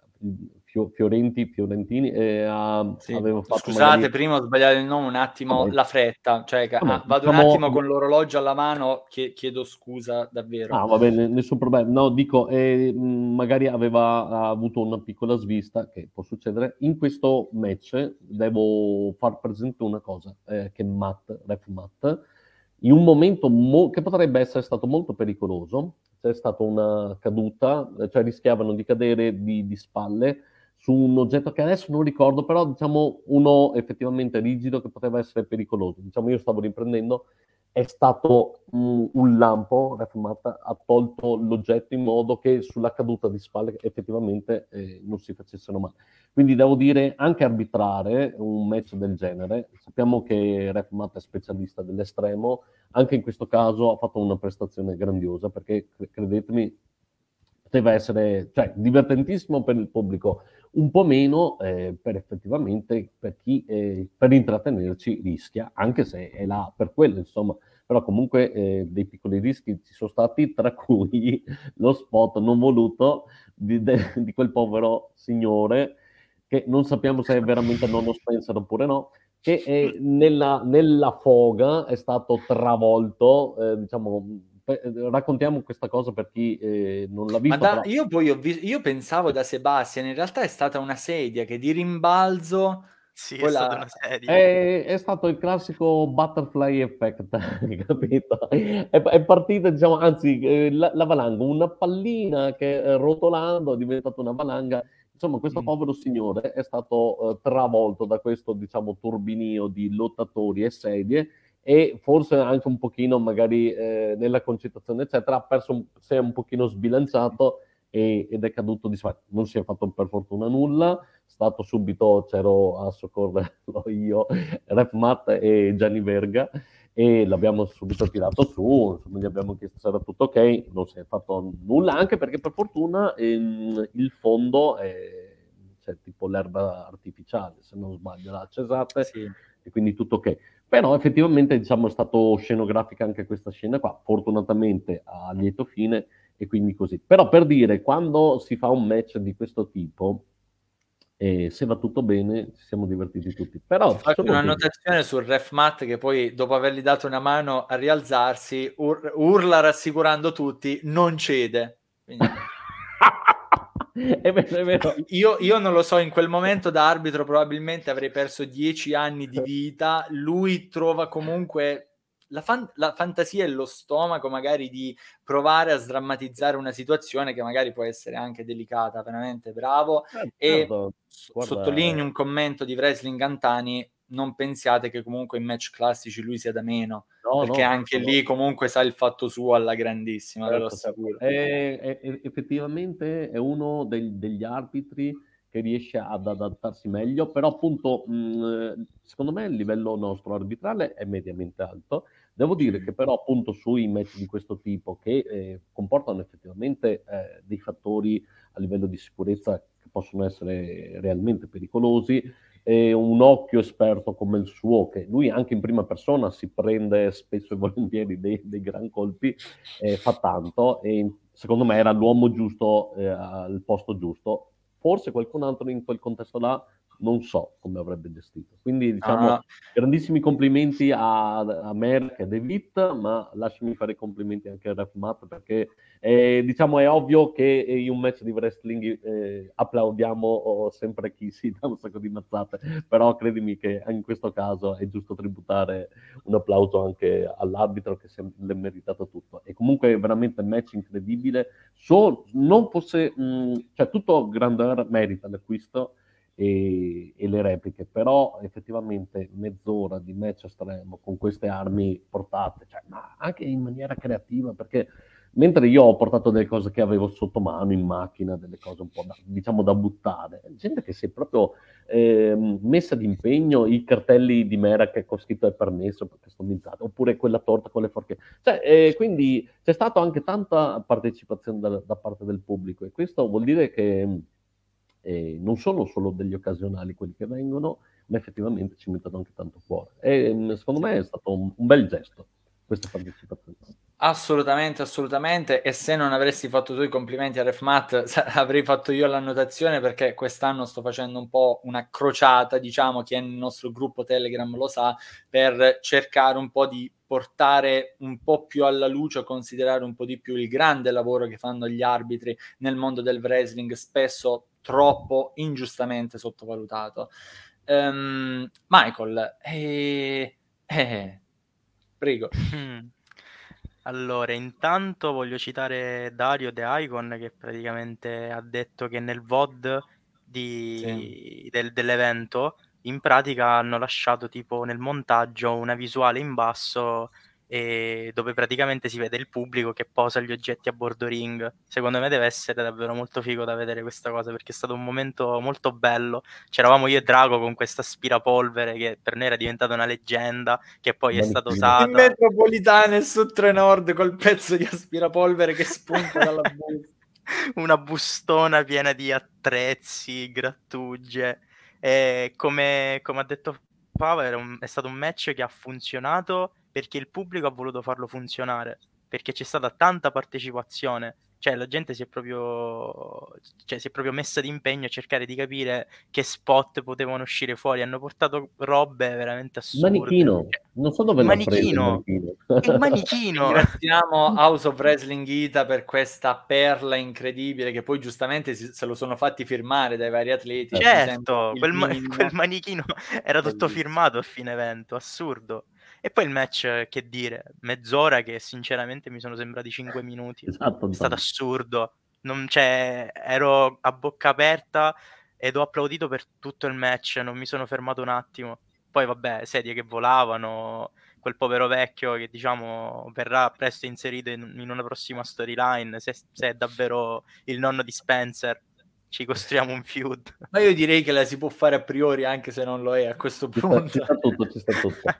Fiorenti, Fiorentini eh, ha, sì. aveva fatto Scusate, magari... prima ho sbagliato il nome un attimo, Vabbè, la fretta, cioè vabbè, ah, vado diciamo, un attimo con l'orologio alla mano, chiedo scusa davvero. ah, va bene, nessun problema. No, dico, eh, magari aveva avuto una piccola svista, che può succedere. In questo match devo far presente una cosa, eh, che Matt, Ref Matt, in un momento mo- che potrebbe essere stato molto pericoloso, c'è stata una caduta, cioè rischiavano di cadere di, di spalle su un oggetto che adesso non ricordo, però diciamo uno effettivamente rigido che poteva essere pericoloso. Diciamo io stavo riprendendo, è stato un, un lampo, Refmat ha tolto l'oggetto in modo che sulla caduta di spalle effettivamente eh, non si facessero male. Quindi devo dire, anche arbitrare un match del genere, sappiamo che Refmat è specialista dell'estremo, anche in questo caso ha fatto una prestazione grandiosa perché, credetemi, poteva essere cioè, divertentissimo per il pubblico, un po' meno eh, per effettivamente per chi eh, per intrattenerci rischia, anche se è là per quello, insomma, però comunque eh, dei piccoli rischi ci sono stati, tra cui lo spot non voluto di, de, di quel povero signore che non sappiamo se è veramente nonno Spencer oppure no, che è nella, nella foga è stato travolto, eh, diciamo, pe- raccontiamo questa cosa per chi eh, non l'ha Ma visto, da, però io poi ho visto, io pensavo da Sebastian, in realtà è stata una sedia che di rimbalzo Sì, è poi stata la... una sedia. È, è stato il classico butterfly effect, capito? È, è partita, diciamo, anzi, eh, la, la valanga, una pallina che eh, rotolando è diventata una valanga. Insomma, questo Mm. povero signore è stato eh, travolto da questo, diciamo, turbinio di lottatori e sedie e forse anche un pochino, magari, eh, nella concitazione, eccetera, ha perso, un- si è un pochino sbilanciato e, ed è caduto di sfascio. Non si è fatto per fortuna nulla, stato subito, c'ero a soccorrerlo io, Ref Matt e Gianni Verga, e l'abbiamo subito tirato su, insomma, gli abbiamo chiesto se era tutto ok, non si è fatto nulla, anche perché per fortuna ehm, il fondo è cioè, tipo l'erba artificiale, se non sbaglio, la cesate, Sì. e quindi tutto ok. Però effettivamente diciamo è stato scenografica anche questa scena qua, fortunatamente a lieto fine, e quindi così. Però per dire, quando si fa un match di questo tipo, eh, se va tutto bene, ci siamo divertiti tutti. Però Ti ci faccio sono una dei... notazione sul Ref Matt che poi, dopo avergli dato una mano a rialzarsi, ur- urla rassicurando tutti, non cede. Quindi... è vero, è vero. Io, io non lo so, in quel momento da arbitro probabilmente avrei perso dieci anni di vita, lui trova comunque la, fan- la fantasia e lo stomaco magari di provare a sdrammatizzare una situazione che magari può essere anche delicata, veramente bravo. Eh, E certo, s- guarda, sottolineo eh, un commento di Wrestling Antani, non pensiate che comunque in match classici lui sia da meno, no, perché no, anche certo no. lì comunque sa il fatto suo alla grandissima, ve lo Certo, certo. assicuro. E- e- e- effettivamente è uno del- degli arbitri che riesce ad adattarsi meglio, però appunto mh, secondo me il livello nostro arbitrale è mediamente alto. Devo dire Mm. che però appunto sui match di questo tipo che eh, comportano effettivamente eh, dei fattori a livello di sicurezza che possono essere realmente pericolosi, e un occhio esperto come il suo, che lui anche in prima persona si prende spesso e volentieri dei, dei gran colpi, eh, fa tanto, e secondo me era l'uomo giusto eh, al posto giusto. Forse qualcun altro in quel contesto là non so come avrebbe gestito. Quindi Ah, diciamo grandissimi complimenti a, a Merck e David, ma lasciami fare i complimenti anche a Ref Matt, perché eh, diciamo è ovvio che in un match di wrestling eh, applaudiamo oh, sempre chi si dà un sacco di mazzate, però credimi che in questo caso è giusto tributare un applauso anche all'arbitro che si è meritato tutto. E comunque veramente un match incredibile. So, non fosse, mh, cioè tutto Grandeur merita l'acquisto e, e le repliche, però effettivamente mezz'ora di match estremo con queste armi portate, cioè, ma anche in maniera creativa, perché mentre io ho portato delle cose che avevo sotto mano in macchina, delle cose un po' da, diciamo da buttare, gente che si è proprio eh, messa d'impegno, i cartelli di Mera che con scritto è permesso perché stomizzato, oppure quella torta con le forche. Cioè, eh, quindi c'è stata anche tanta partecipazione da, da parte del pubblico, e questo vuol dire che eh, non sono solo degli occasionali quelli che vengono, ma effettivamente ci mettono anche tanto cuore. E mh, secondo me è stato un, un bel gesto questa partecipazione. assolutamente, assolutamente. E se non avresti fatto tu i complimenti a Refmat, sa- avrei fatto io l'annotazione, perché quest'anno sto facendo un po' una crociata, diciamo, chi è nel nostro gruppo Telegram lo sa, per cercare un po' di portare un po' più alla luce, considerare un po' di più il grande lavoro che fanno gli arbitri nel mondo del wrestling, spesso troppo ingiustamente sottovalutato. Ehm, Michael, eh, eh, prego. Mm. Allora, intanto voglio citare Dario The Icon, che praticamente ha detto che nel V O D Sì. di- del- dell'evento in pratica hanno lasciato tipo nel montaggio una visuale in basso, e dove praticamente si vede il pubblico che posa gli oggetti a bordo ring. Secondo me deve essere davvero molto figo da vedere questa cosa, perché è stato un momento molto bello. C'eravamo io e Drago con questa aspirapolvere che per noi era diventata una leggenda, che poi è stata Manichino. In usata. metropolitana e su Trenord col pezzo di aspirapolvere che spunta dalla busta. Una bustona piena di attrezzi, grattugie. E come, come ha detto Pava, era un- è stato un match che ha funzionato perché il pubblico ha voluto farlo funzionare, perché c'è stata tanta partecipazione. Cioè, la gente si è proprio, cioè, si è proprio messa d'impegno a cercare di capire che spot potevano uscire fuori. Hanno portato robe veramente assurde. Manichino, Cioè, non so dove il l'ha preso il manichino! manichino. Il manichino! Ringraziamo House of Wrestling Ita per questa perla incredibile che poi giustamente si- se lo sono fatti firmare dai vari atleti. Certo. Mi sembra Certo, il quel, ma- quel minimo. manichino era tutto Bellissimo. firmato a fine evento, assurdo. E poi il match, eh, che dire, mezz'ora che sinceramente mi sono sembrati cinque minuti. Esatto, È stato esatto. assurdo. Non c'è, ero a bocca aperta ed ho applaudito per tutto il match, non mi sono fermato un attimo. poi vabbè, sedie che volavano, quel povero vecchio che diciamo verrà presto inserito in, in una prossima storyline, se, se è davvero il nonno di Spencer, ci costruiamo un feud. Ma io direi che la si può fare a priori anche se non lo è a questo Ci sta, punto. ci sta tutto, ci sta tutto.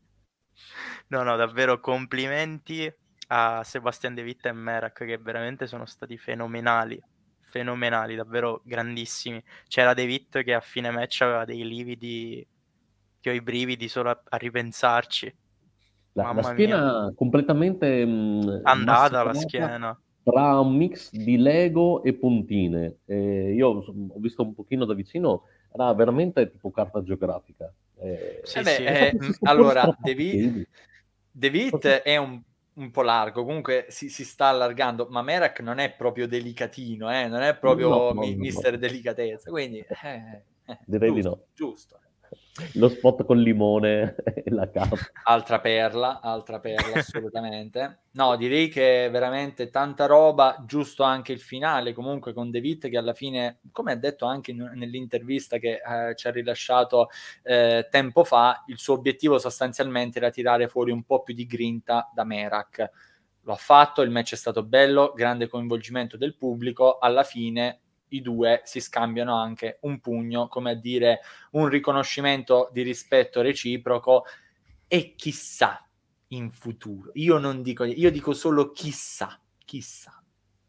No, no, davvero complimenti a Sebastian De Witt e Merak, che veramente sono stati fenomenali, fenomenali, davvero grandissimi. C'era De Witt che a fine match aveva dei lividi, che ho i brividi solo a, a ripensarci. La, la Mamma mia, schiena completamente mh, andata la massacrata schiena. tra un mix di Lego e puntine. Eh, io so- ho visto un pochino da vicino, era veramente tipo carta geografica. Eh, Sì, Eh beh, sì. e eh, infatti mh, si sono pure allora, strappati i Devi- piedi. De Witt è un, un po' largo, comunque si, si sta allargando, ma Merak non è proprio delicatino, eh, non è No, proprio no, mi- no, no. mister delicatezza, quindi eh, eh, Direi di giusto, no. giusto. Lo spot col limone e la carta. Altra perla, altra perla assolutamente. No, direi che veramente tanta roba, giusto anche il finale, comunque con De Witt che alla fine, come ha detto anche in- nell'intervista che eh, ci ha rilasciato eh, tempo fa, il suo obiettivo sostanzialmente era tirare fuori un po' più di grinta da Merak. Lo ha fatto, il match è stato bello, grande coinvolgimento del pubblico, alla fine i due si scambiano anche un pugno, come a dire un riconoscimento di rispetto reciproco e chissà in futuro. Io non dico, io dico solo chissà, chissà.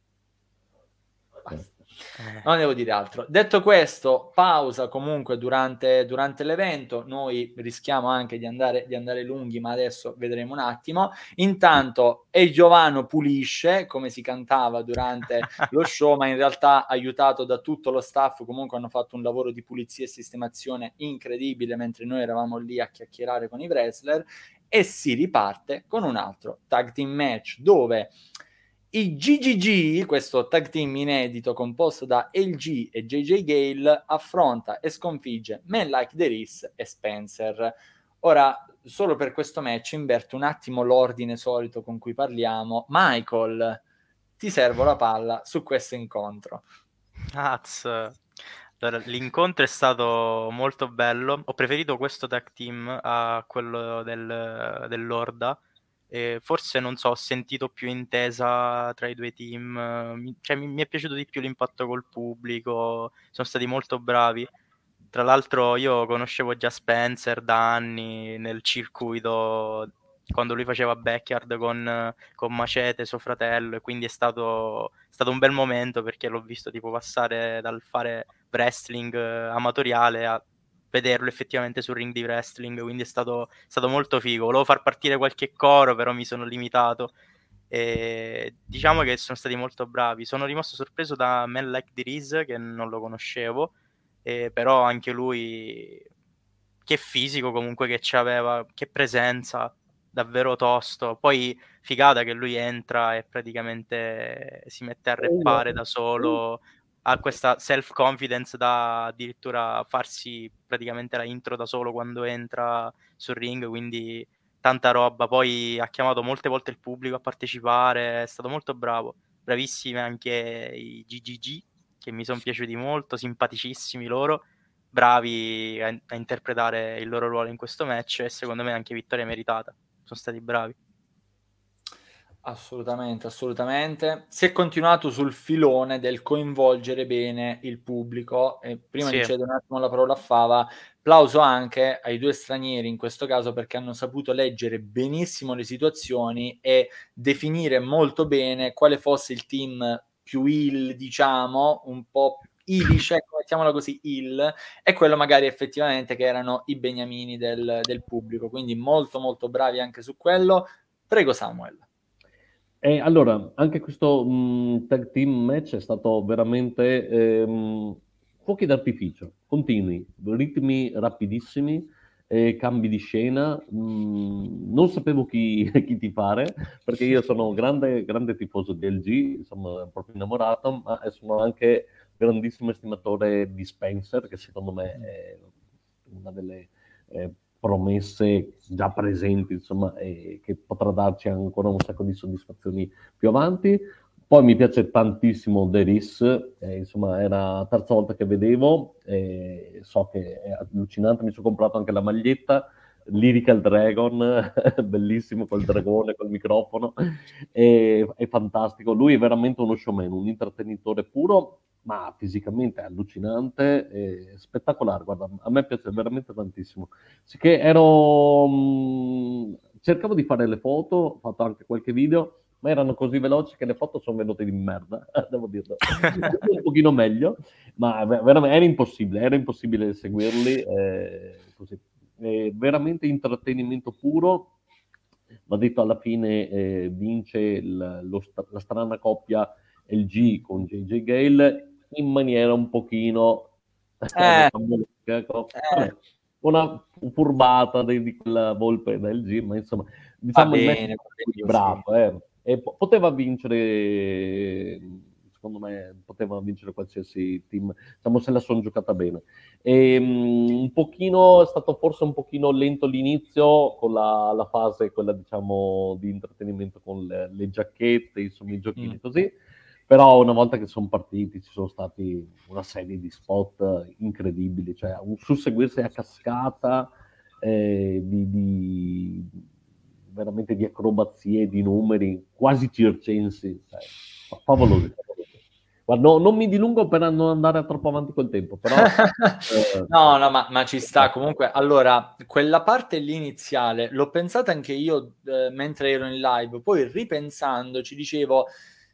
Basta. Eh, Non devo dire altro. Detto questo, pausa comunque durante, durante l'evento. Noi rischiamo anche di andare, di andare lunghi, ma adesso vedremo un attimo. Intanto E Giovano pulisce, come si cantava durante lo show, ma in realtà aiutato da tutto lo staff. Comunque hanno fatto un lavoro di pulizia e sistemazione incredibile, mentre noi eravamo lì a chiacchierare con i wrestler. E si riparte con un altro tag team match dove i G G G, questo tag team inedito composto da L G e J J Gale, affronta e sconfigge Man Like The Riz e Spencer. Ora, solo per questo match inverto un attimo l'ordine solito con cui parliamo. Michael, ti servo la palla su questo incontro. Az. Allora, l'incontro è stato molto bello. Ho preferito questo tag team a quello del, dell'Orda. E forse non so, ho sentito più intesa tra i due team. Mi, cioè, mi, mi è piaciuto di più l'impatto col pubblico. Sono stati molto bravi. Tra l'altro, io conoscevo già Spencer da anni nel circuito quando lui faceva backyard con, con Macete, suo fratello, e quindi è stato, è stato un bel momento perché l'ho visto tipo passare dal fare wrestling eh, amatoriale a vederlo effettivamente sul ring di wrestling, quindi è stato, è stato molto figo. Volevo far partire qualche coro, però mi sono limitato. E diciamo che sono stati molto bravi. Sono rimasto sorpreso da Man Like The Riz, che non lo conoscevo, e però anche lui, che fisico comunque che c'aveva, che presenza, davvero tosto. Poi figata che lui entra e praticamente si mette a reppare da solo, ha questa self-confidence da addirittura farsi praticamente la intro da solo quando entra sul ring, quindi tanta roba. Poi ha chiamato molte volte il pubblico a partecipare, è stato molto bravo. Bravissimi anche i G G G, che mi sono piaciuti molto, simpaticissimi loro, bravi a, a interpretare il loro ruolo in questo match e secondo me anche vittoria meritata. Sono stati bravi. Assolutamente, assolutamente. Si è continuato sul filone del coinvolgere bene il pubblico. E prima di Sì, cedere un attimo la parola a Fava, applauso anche ai due stranieri in questo caso perché hanno saputo leggere benissimo le situazioni e definire molto bene quale fosse il team più heel, diciamo, un po' ilice, mettiamola così, heel, e quello magari effettivamente che erano i beniamini del, del pubblico. Quindi molto molto bravi anche su quello. Prego Samuel. E allora, anche questo mh, tag team match è stato veramente ehm, fuochi d'artificio, continui, ritmi rapidissimi, eh, cambi di scena. Mh, non sapevo chi, chi tifare, perché io sono grande, grande tifoso di L G, sono proprio innamorato, ma sono anche grandissimo estimatore di Spencer, che secondo me è una delle eh, promesse già presenti, insomma, e che potrà darci ancora un sacco di soddisfazioni più avanti. Poi mi piace tantissimo Deris, eh, insomma era la terza volta che vedevo, eh, so che è allucinante, mi sono comprato anche la maglietta, Lyrical Dragon, bellissimo col dragone, col microfono, è, è fantastico, lui è veramente uno showman, un intrattenitore puro, ma fisicamente è allucinante, è spettacolare, guarda, a me piace veramente tantissimo. Sì che ero, mh, cercavo di fare le foto, ho fatto anche qualche video, ma erano così veloci che le foto sono venute di merda, devo dirlo. Un pochino meglio, ma ver- veramente era impossibile, era impossibile seguirli, eh, così. Eh, veramente intrattenimento puro. Va detto alla fine eh, vince il- lo sta- la strana coppia L G con J J Gale in maniera un pochino Eh, rocambolesca, ecco. eh, Vabbè, una furbata di, di quella volpe da L G, ma insomma, va diciamo il match bene, è va stato bene così. equilibrato, eh. E po- poteva vincere, secondo me, poteva vincere qualsiasi team, diciamo se la sono giocata bene. E, mh, un pochino, è stato forse un pochino lento l'inizio con la, la fase, quella diciamo di intrattenimento con le, le giacchette, insomma i giochini Mm. così, però una volta che sono partiti ci sono stati una serie di spot incredibili, cioè un susseguirsi a cascata eh, di, di- veramente di acrobazie, di numeri quasi circensi, cioè, fa- favolosi, favolosi. Guarda, no- non mi dilungo per non andare troppo avanti col tempo, però eh, No, no, ma, ma ci sta comunque. Allora, quella parte lì iniziale l'ho pensata anche io eh, mentre ero in live, poi ripensandoci dicevo,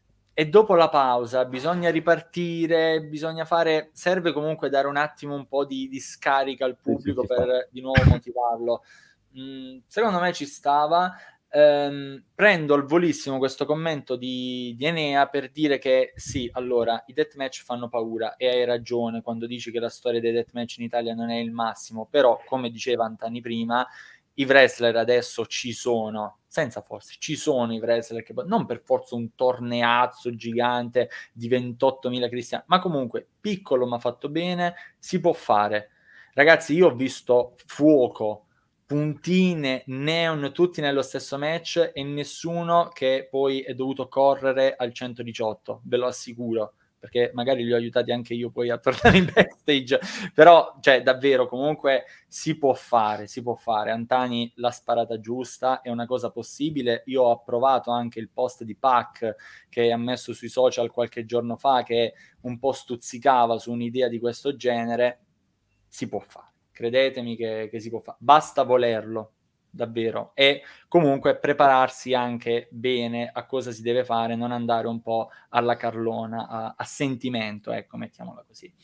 e dopo la pausa bisogna ripartire, bisogna fare, serve comunque dare un attimo un po' di, di scarica al sì, sì, pubblico ci sta. per di nuovo motivarlo. Mm, secondo me ci stava. Ehm, prendo al volissimo questo commento di, di Enea per dire che sì, allora i deathmatch fanno paura e hai ragione quando dici che la storia dei deathmatch in Italia non è il massimo, però come diceva Antani prima, i wrestler adesso ci sono, senza forse, ci sono i wrestler che non per forza un torneazzo gigante di ventottomila cristiani, ma comunque piccolo ma fatto bene, si può fare. Ragazzi, io ho visto fuoco, puntine, neon, tutti nello stesso match e nessuno che poi è dovuto correre al centodiciotto, ve lo assicuro, perché magari li ho aiutati anche io poi a tornare in backstage, però, cioè, davvero, comunque si può fare, si può fare. Antani l'ha sparata giusta, è una cosa possibile. Io ho approvato anche il post di Pac che ha messo sui social qualche giorno fa, che un po' stuzzicava su un'idea di questo genere. Si può fare. Credetemi che, che si può fare, basta volerlo davvero e comunque prepararsi anche bene a cosa si deve fare, non andare un po' alla carlona, a, a sentimento, ecco, mettiamola così.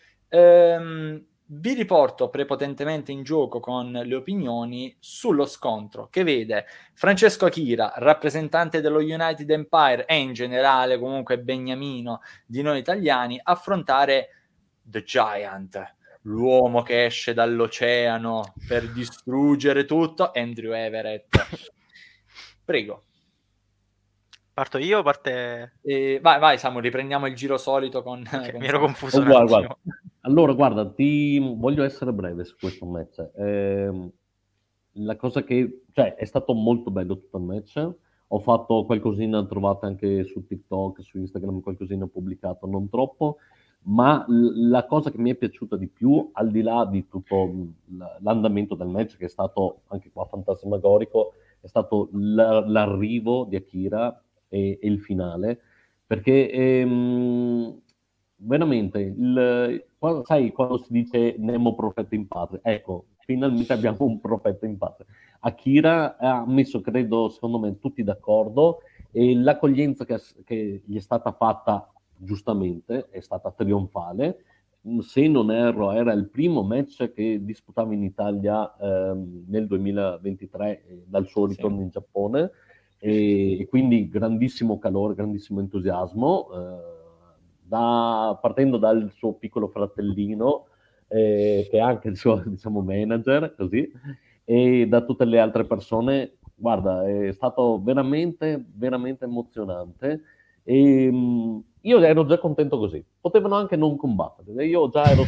Ehm, vi riporto prepotentemente in gioco con le opinioni sullo scontro che vede Francesco Akira, rappresentante dello United Empire e in generale comunque beniamino di noi italiani, affrontare The Giant, l'uomo che esce dall'oceano per distruggere tutto, Andrew Everett. Prego. Parto io o parte... E vai, vai Samu, riprendiamo il giro solito con, Ok, con mi ero Samu. confuso Oh, un guarda, guarda. attimo. Allora, guarda, ti voglio essere breve su questo match. Ehm, la cosa che, cioè, è stato molto bello tutto il match. Ho fatto qualcosina, trovate anche su TikTok, su Instagram, qualcosina pubblicato, non troppo. Ma l- la cosa che mi è piaciuta di più, al di là di tutto l- l'andamento del match, che è stato anche qua fantasmagorico, è stato l- l'arrivo di Akira e, e il finale perché ehm, veramente, il, quando- sai, quando si dice Nemo profeta in patria, ecco, finalmente abbiamo un profeta in patria. Akira ha messo, credo, secondo me, tutti d'accordo e l'accoglienza che, che gli è stata fatta giustamente è stata trionfale. Se non erro, era il primo match che disputava in Italia ehm, nel duemilaventitré eh, dal suo Sì. ritorno in Giappone e, e quindi grandissimo calore, grandissimo entusiasmo, eh, da- partendo dal suo piccolo fratellino, eh, che è anche il suo, diciamo, manager, così, e da tutte le altre persone. Guarda, è stato veramente, veramente emozionante. E, mh, io ero già contento così. Potevano anche non combattere, io già ero soddisfatto.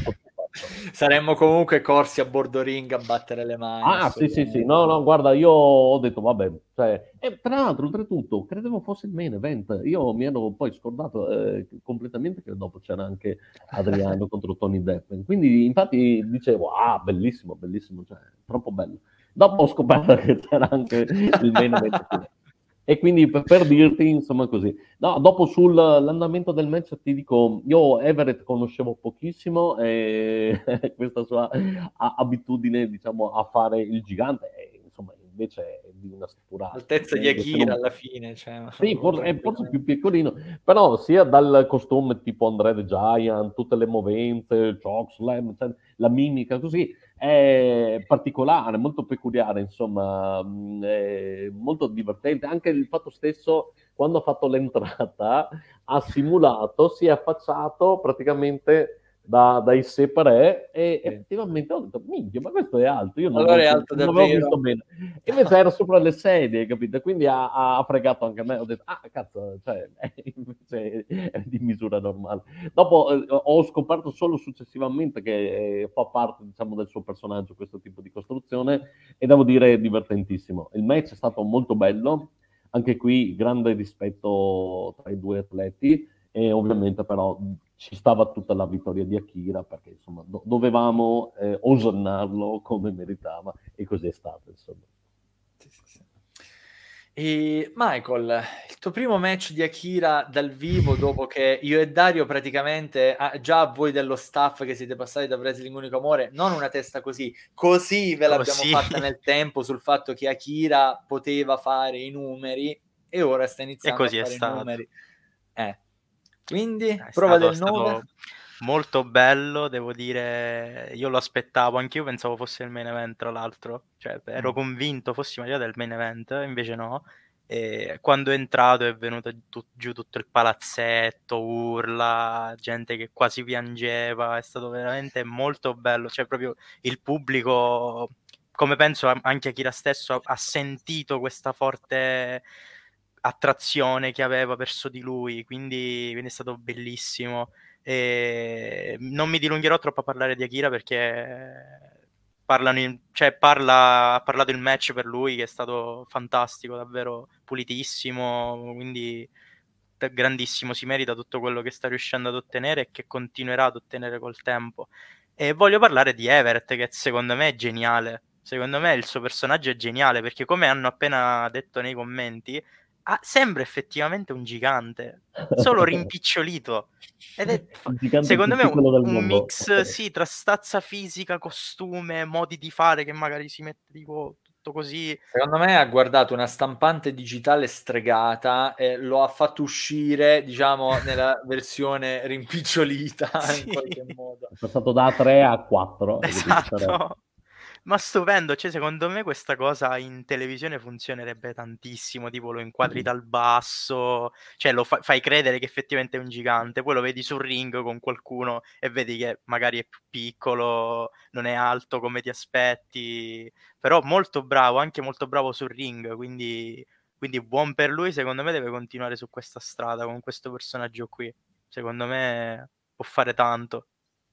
Saremmo comunque corsi a bordo ring a battere le mani. Ah, sì, sì, sì, no, no, guarda, io ho detto, vabbè, cioè, e tra l'altro, oltretutto, credevo fosse il main event, io mi ero poi scordato eh, completamente che dopo c'era anche Adriano contro Tony Deppen, quindi infatti dicevo, ah, bellissimo, bellissimo, cioè, troppo bello. Dopo ho scoperto che c'era anche il main event finale. E quindi per, per dirti, insomma, così. No, dopo sull'andamento del match ti dico, io Everett conoscevo pochissimo e questa sua a- abitudine, diciamo, a fare il gigante, e, insomma, invece è di una statura Altezza di stupenda, se Akira non- alla fine. Cioè, sì, forse, è forse più piccolino, però sia dal costume tipo André the Giant, tutte le movenze, il chokeslam, cioè, la mimica così, è particolare, molto peculiare, insomma, mh, è molto divertente. Anche il fatto stesso, quando ha fatto l'entrata, ha simulato, si è affacciato praticamente da- dai separé e Sì. effettivamente ho detto, minchia, ma questo è alto, io non, Allora non, è alto non avevo davvero. visto bene. Invece era sopra le sedie, capito? Quindi ha, ha fregato anche me. Ho detto, ah, cazzo, cioè, invece è di misura normale. Dopo eh, ho scoperto solo successivamente che eh, fa parte, diciamo, del suo personaggio questo tipo di costruzione e devo dire divertentissimo. Il match è stato molto bello, anche qui grande rispetto tra i due atleti e ovviamente però ci stava tutta la vittoria di Akira perché insomma do- dovevamo eh, osannarlo come meritava e così è stato insomma. Sì, sì, sì. E Michael, il tuo primo match di Akira dal vivo dopo che io e Dario praticamente, ah, già voi dello staff che siete passati da Wrestling Unico Amore, non una testa così, così ve l'abbiamo Così. fatta nel tempo sul fatto che Akira poteva fare i numeri e ora sta E iniziando a così è fare i stato. numeri. Eh. Quindi, È prova stato, è del nove. stato molto bello, devo dire, io lo aspettavo, anch'io pensavo fosse il main event, tra l'altro, cioè ero Mm. convinto fossimo arrivati al main event, invece no. E quando è entrato è venuto tu- giù tutto il palazzetto, urla, gente che quasi piangeva, è stato veramente molto bello, cioè proprio il pubblico, come penso anche Akira stesso, ha, ha sentito questa forte attrazione che aveva verso di lui, quindi, quindi è stato bellissimo. E non mi dilungherò troppo a parlare di Akira perché parlano in- cioè parla, ha parlato il match per lui che è stato fantastico, davvero pulitissimo, quindi grandissimo, si merita tutto quello che sta riuscendo ad ottenere e che continuerà ad ottenere col tempo. E voglio parlare di Everett, che secondo me è geniale. Secondo me il suo personaggio è geniale perché, come hanno appena detto nei commenti, ah, sembra effettivamente un gigante, solo rimpicciolito. Ed è, fa- Il gigante secondo più me, un, piccolo del un mondo. mix, sì, tra stazza fisica, costume, modi di fare che magari si mette tipo tutto così. Secondo me ha guardato una stampante digitale stregata e lo ha fatto uscire, diciamo, nella versione rimpicciolita in Sì. qualche modo. È passato da tre a quattro, hai capito? Tre. Esatto. Ma stupendo, cioè secondo me questa cosa in televisione funzionerebbe tantissimo, tipo lo inquadri dal basso, cioè lo fa- fai credere che effettivamente è un gigante, poi lo vedi sul ring con qualcuno e vedi che magari è più piccolo, non è alto come ti aspetti, però molto bravo, anche molto bravo sul ring, quindi, quindi buon per lui, secondo me deve continuare su questa strada con questo personaggio qui, secondo me può fare tanto.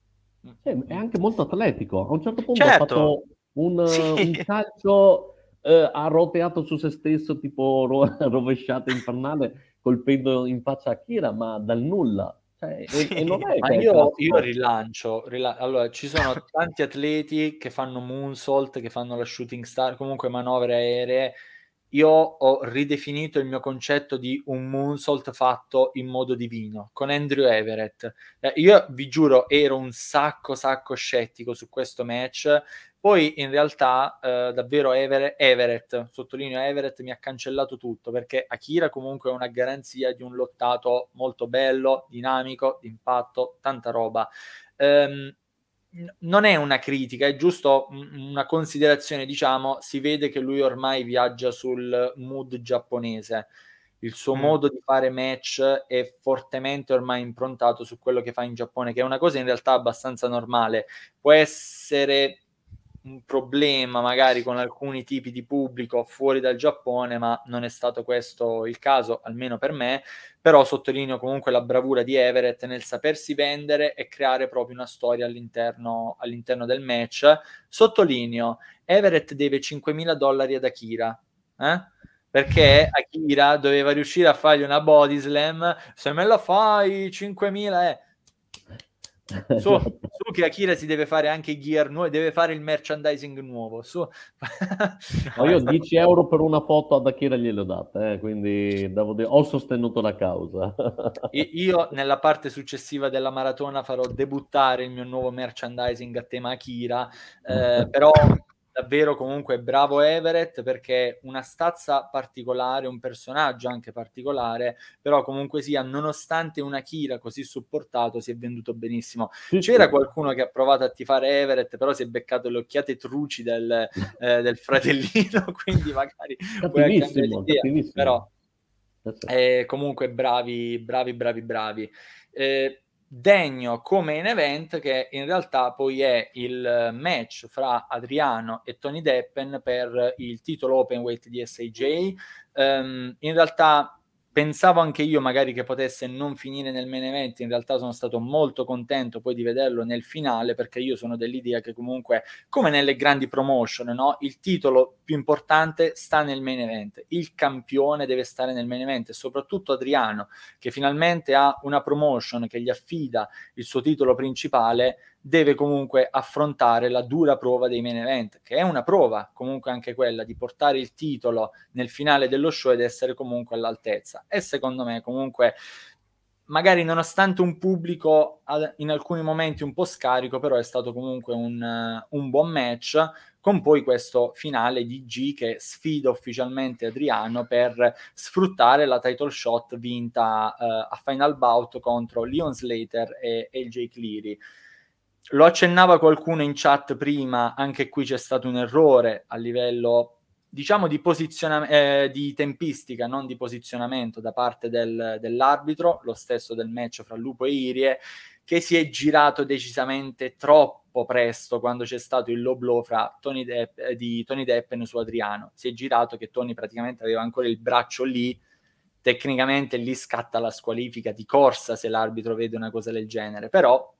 Sì, è anche molto atletico. A un certo punto ha Certo, fatto un, sì. eh, un calcio, eh, ha roteato su se stesso, tipo ro- rovesciata infernale, colpendo in faccia a Kira, ma dal nulla. Cioè, e, e non Sì. è Ma che è il io, io classico. rilancio, rila- allora ci sono tanti atleti che fanno moonsault, che fanno la shooting star, comunque manovre aeree. Io ho ridefinito il mio concetto di un moonsault fatto in modo divino con Andrew Everett. Eh, io vi giuro, ero un sacco, sacco scettico su questo match. Poi in realtà eh, davvero Ever- Everett, sottolineo Everett, mi ha cancellato tutto perché Akira comunque è una garanzia di un lottato molto bello, dinamico, d'impatto, tanta roba. Ehm, n- non è una critica, è giusto un- una considerazione, diciamo, si vede che lui ormai viaggia sul mood giapponese. Il suo Mm. modo di fare match è fortemente ormai improntato su quello che fa in Giappone, che è una cosa in realtà abbastanza normale. Può essere un problema magari con alcuni tipi di pubblico fuori dal Giappone, ma non è stato questo il caso, almeno per me. Però sottolineo comunque la bravura di Everett nel sapersi vendere e creare proprio una storia all'interno, all'interno del match. Sottolineo, Everett deve cinquemila dollari ad Akira, eh? Perché Akira doveva riuscire a fargli una body slam. Se me la fai cinquemila, eh Su, su che Akira si deve fare anche i gear nuovi, deve fare il merchandising nuovo. Su. No, io dieci euro per una foto ad Akira gliel'ho data, eh, quindi devo dire, ho sostenuto la causa. Io nella parte successiva della maratona farò debuttare il mio nuovo merchandising a tema Akira, eh, però davvero comunque bravo Everett, perché una stazza particolare, un personaggio anche particolare, però comunque sia, nonostante un Akira così supportato, si è venduto benissimo. Sì, C'era sì. qualcuno che ha provato a tifare Everett, però si è beccato le occhiate truci del, eh, del fratellino, quindi magari poi ha cambiato Cattivissimo, idea, cattivissimo. però Eh sì. eh, comunque bravi, bravi, bravi, bravi. Eh, degno come in event, che in realtà poi è il match fra Adriano e Tony Deppen per il titolo openweight di S I J. Um, in realtà pensavo anche io magari che potesse non finire nel main event, in realtà sono stato molto contento poi di vederlo nel finale, perché io sono dell'idea che comunque, come nelle grandi promotion, no? Il titolo più importante sta nel main event, il campione deve stare nel main event, e soprattutto Adriano, che finalmente ha una promotion che gli affida il suo titolo principale, deve comunque affrontare la dura prova dei main event, che è una prova comunque anche quella di portare il titolo nel finale dello show ed essere comunque all'altezza. E secondo me comunque, magari nonostante un pubblico in alcuni momenti un po' scarico, però è stato comunque un, un buon match, con poi questo finale di G che sfida ufficialmente Adriano per sfruttare la title shot vinta uh, a Final Bout contro Leon Slater e L J Cleary. Lo accennava qualcuno in chat prima, anche qui c'è stato un errore a livello, diciamo, di posizionamento, eh, di tempistica, non di posizionamento da parte del, dell'arbitro, lo stesso del match fra Lupo e Irie, che si è girato decisamente troppo presto quando c'è stato il low blow fra Tony Depp, eh, di Tony Deppen su Adriano. Si è girato che Tony praticamente aveva ancora il braccio lì, tecnicamente lì scatta la squalifica di corsa se l'arbitro vede una cosa del genere, però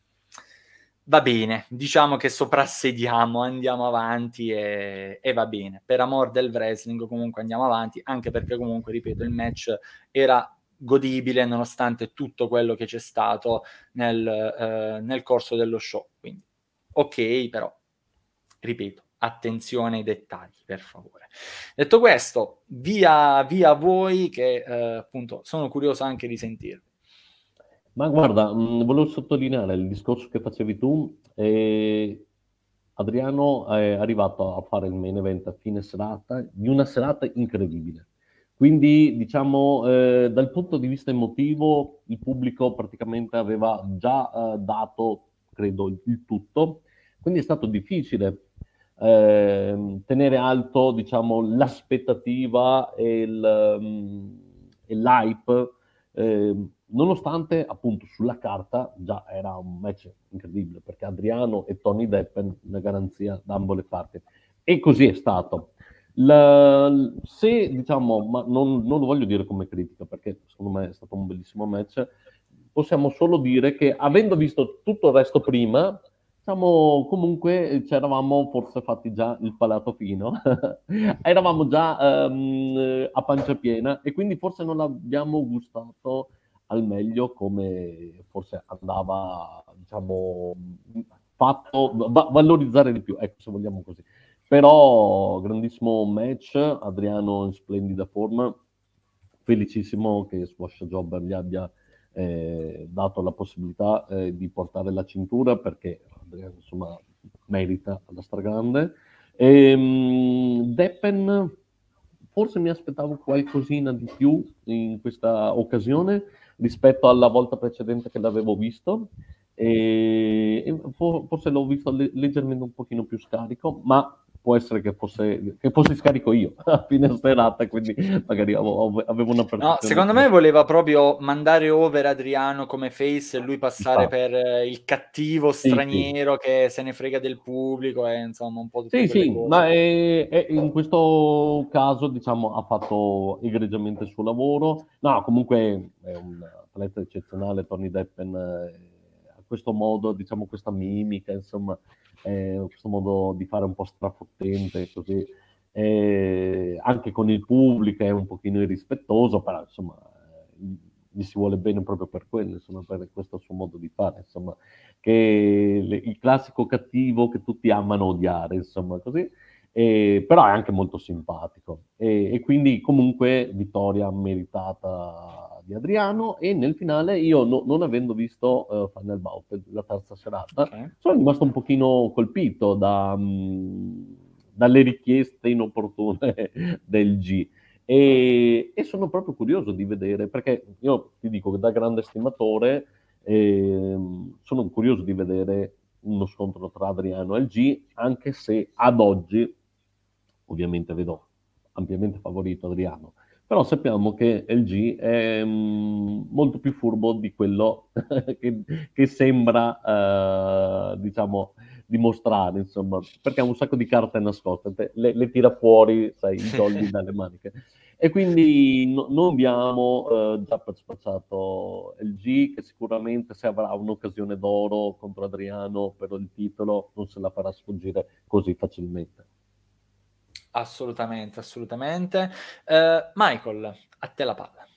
va bene, diciamo che soprassediamo, andiamo avanti e, e va bene. Per amor del wrestling comunque andiamo avanti, anche perché comunque, ripeto, il match era godibile nonostante tutto quello che c'è stato nel, eh, nel corso dello show. Quindi, ok, però, ripeto, attenzione ai dettagli, per favore. Detto questo, via, via a voi che eh, appunto sono curioso anche di sentirvi. Ma guarda, mh, volevo sottolineare il discorso che facevi tu. eh, Adriano è arrivato a fare il main event a fine serata, di una serata incredibile. Quindi, diciamo, eh, dal punto di vista emotivo, il pubblico praticamente aveva già eh, dato, credo, il, il tutto. Quindi è stato difficile eh, tenere alto, diciamo, l'aspettativa e, il, um, e l'hype. Eh, nonostante appunto sulla carta già era un match incredibile, perché Adriano e Tony Deppen una garanzia da ambo le parti, e così è stato. La, se diciamo, ma non, non lo voglio dire come critica, perché secondo me è stato un bellissimo match, possiamo solo dire che avendo visto tutto il resto prima, diciamo, comunque ci eravamo forse fatti già il palato fino, eravamo già um, a pancia piena, e quindi forse non l'abbiamo gustato al meglio come forse andava, diciamo, fatto, va- valorizzare di più, ecco, se vogliamo così. Però grandissimo match, Adriano in splendida forma, felicissimo che Squash Jobber gli abbia eh, dato la possibilità eh, di portare la cintura, perché Adriano insomma merita alla stragrande. E, Deppen, forse mi aspettavo qualcosina di più in questa occasione rispetto alla volta precedente che l'avevo visto, e, e forse l'ho visto le- leggermente un pochino più scarico, ma può essere che fosse che fossi scarico io a fine serata, quindi magari avevo, avevo una percezione. No, secondo me voleva proprio mandare over Adriano come face e lui passare Infatti. per il cattivo Sì, sì. straniero che se ne frega del pubblico e insomma un po' tutte Sì, quelle sì, cose. ma è, è- in questo caso diciamo ha fatto egregiamente il suo lavoro. No, comunque è un atleta eccezionale, Tony Deppen, eh, ha questo modo, diciamo, questa mimica, insomma, eh, questo modo di fare un po' strafottente, così, eh, anche con il pubblico è un pochino irrispettoso, però insomma, eh, gli si vuole bene proprio per quello, insomma, per questo suo modo di fare, insomma, che le- il classico cattivo che tutti amano odiare, insomma, così. E- però è anche molto simpatico. E, e quindi comunque vittoria meritata di Adriano. E nel finale io, no- non avendo visto uh, Final Bout, la terza serata, Ok. sono rimasto un pochino colpito da, mh, dalle richieste inopportune del G. E, e sono proprio curioso di vedere, perché io ti dico che da grande stimatore e, sono curioso di vedere uno scontro tra Adriano e il G, anche se ad oggi, ovviamente vedo ampiamente favorito Adriano, però sappiamo che L G è mm, molto più furbo di quello che, che sembra, eh, diciamo, dimostrare, insomma, perché ha un sacco di carte nascoste, te- le, le tira fuori, sai, i jolly dalle maniche. E quindi no- non diamo eh, già per spacciato L G, che sicuramente se avrà un'occasione d'oro contro Adriano per il titolo non se la farà sfuggire così facilmente. Assolutamente, assolutamente. Eh, Michael, a te la palla.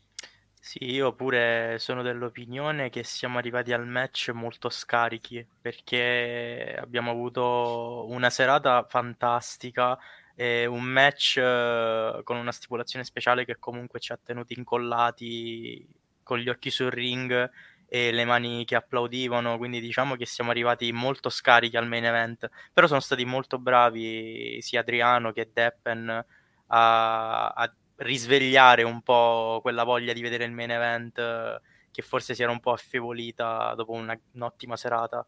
Sì, io pure sono dell'opinione che siamo arrivati al match molto scarichi perché abbiamo avuto una serata fantastica e un match eh, con una stipulazione speciale che comunque ci ha tenuti incollati con gli occhi sul ring e le mani che applaudivano, quindi diciamo che siamo arrivati molto scarichi al main event, però sono stati molto bravi sia Adriano che Deppen a, a risvegliare un po' quella voglia di vedere il main event eh, che forse si era un po' affievolita dopo una, un'ottima serata.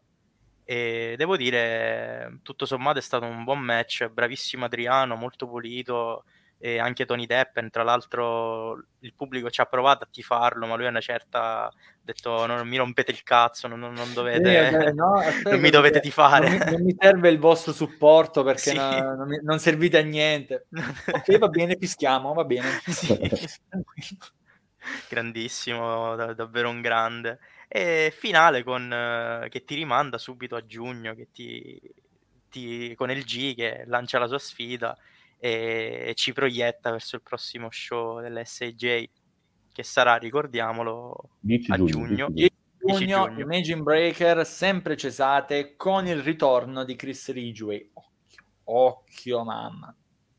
E devo dire, tutto sommato è stato un buon match, bravissimo Adriano, molto pulito, e anche Tony Deppen, tra l'altro il pubblico ci ha provato a tifarlo, ma lui a una certa ha detto no, non mi rompete il cazzo, non, non- non Eh, vabbè, dovete, no, non mi aspetta, dovete perché non tifare. mi, non mi serve il vostro supporto perché Sì. no- non, mi- non servite a niente. Ok, va bene, fischiamo, va bene. Sì. Tranquillo. Grandissimo, da- davvero un grande. E finale con, eh, che ti rimanda subito a giugno, che ti, ti- con il G che lancia la sua sfida e, e ci proietta verso il prossimo show dell'S A J, che sarà, ricordiamolo, dieci a giugno, giugno, dieci giugno. dieci dieci giugno, giugno. Imagine Breaker, sempre cesate, con il ritorno di Chris Ridgway. Occhio, occhio, mamma.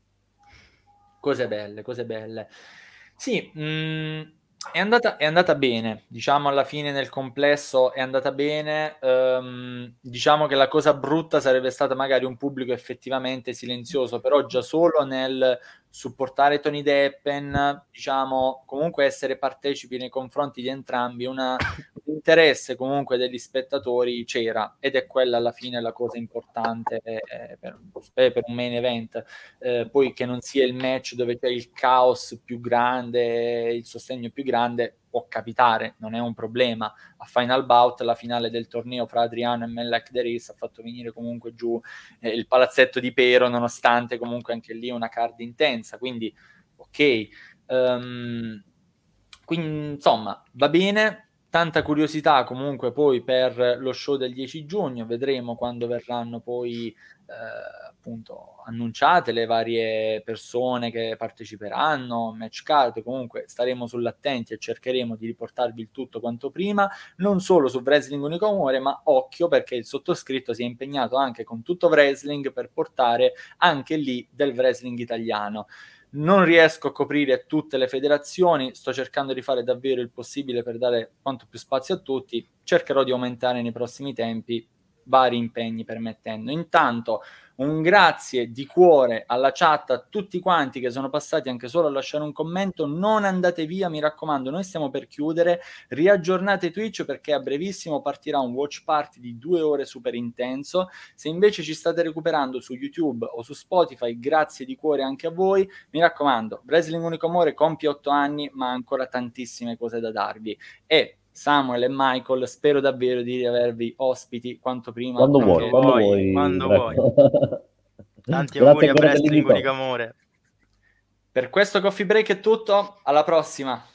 Cose belle, cose belle. Sì, mh, è andata, è andata bene, diciamo alla fine nel complesso è andata bene. Ehm, diciamo che la cosa brutta sarebbe stata magari un pubblico effettivamente silenzioso, però già solo nel supportare Tony Deppen, diciamo, comunque essere partecipi nei confronti di entrambi, una, un interesse comunque degli spettatori c'era ed è quella alla fine la cosa importante eh, per, per un main event. Eh, poi che non sia il match dove c'è il caos più grande, il sostegno più grande, può capitare, non è un problema. A Final Bout, la finale del torneo fra Adriano e Mellek De Reis, ha fatto venire comunque giù eh, il palazzetto di Pero, nonostante comunque anche lì una card intensa, quindi ok. Um, quindi insomma va bene, tanta curiosità comunque poi per lo show del dieci giugno, vedremo quando verranno poi eh, appunto annunciate le varie persone che parteciperanno, match card, comunque staremo sull'attenti e cercheremo di riportarvi il tutto quanto prima, non solo su Wrestling Unico Amore, ma occhio perché il sottoscritto si è impegnato anche con tutto Wrestling per portare anche lì del wrestling italiano. Non riesco a coprire tutte le federazioni, sto cercando di fare davvero il possibile per dare quanto più spazio a tutti, cercherò di aumentare nei prossimi tempi vari impegni permettendo. Intanto Un grazie di cuore alla chat, a tutti quanti che sono passati anche solo a lasciare un commento. Non andate via, mi raccomando, noi stiamo per chiudere. Riaggiornate Twitch perché a brevissimo partirà un watch party di due ore super intenso. Se invece ci state recuperando su YouTube o su Spotify, grazie di cuore anche a voi. Mi raccomando, Wrestling Unico Amore compie otto anni, ma ha ancora tantissime cose da darvi. E Samuel e Michael, spero davvero di avervi ospiti quanto prima. Quando Quando vuoi, quando vuoi, vuoi. quando Bra- vuoi. Tanti Grazie auguri a ancora Wrestling dell'invito. Unico Amore. Per questo Coffee Break è tutto, alla prossima!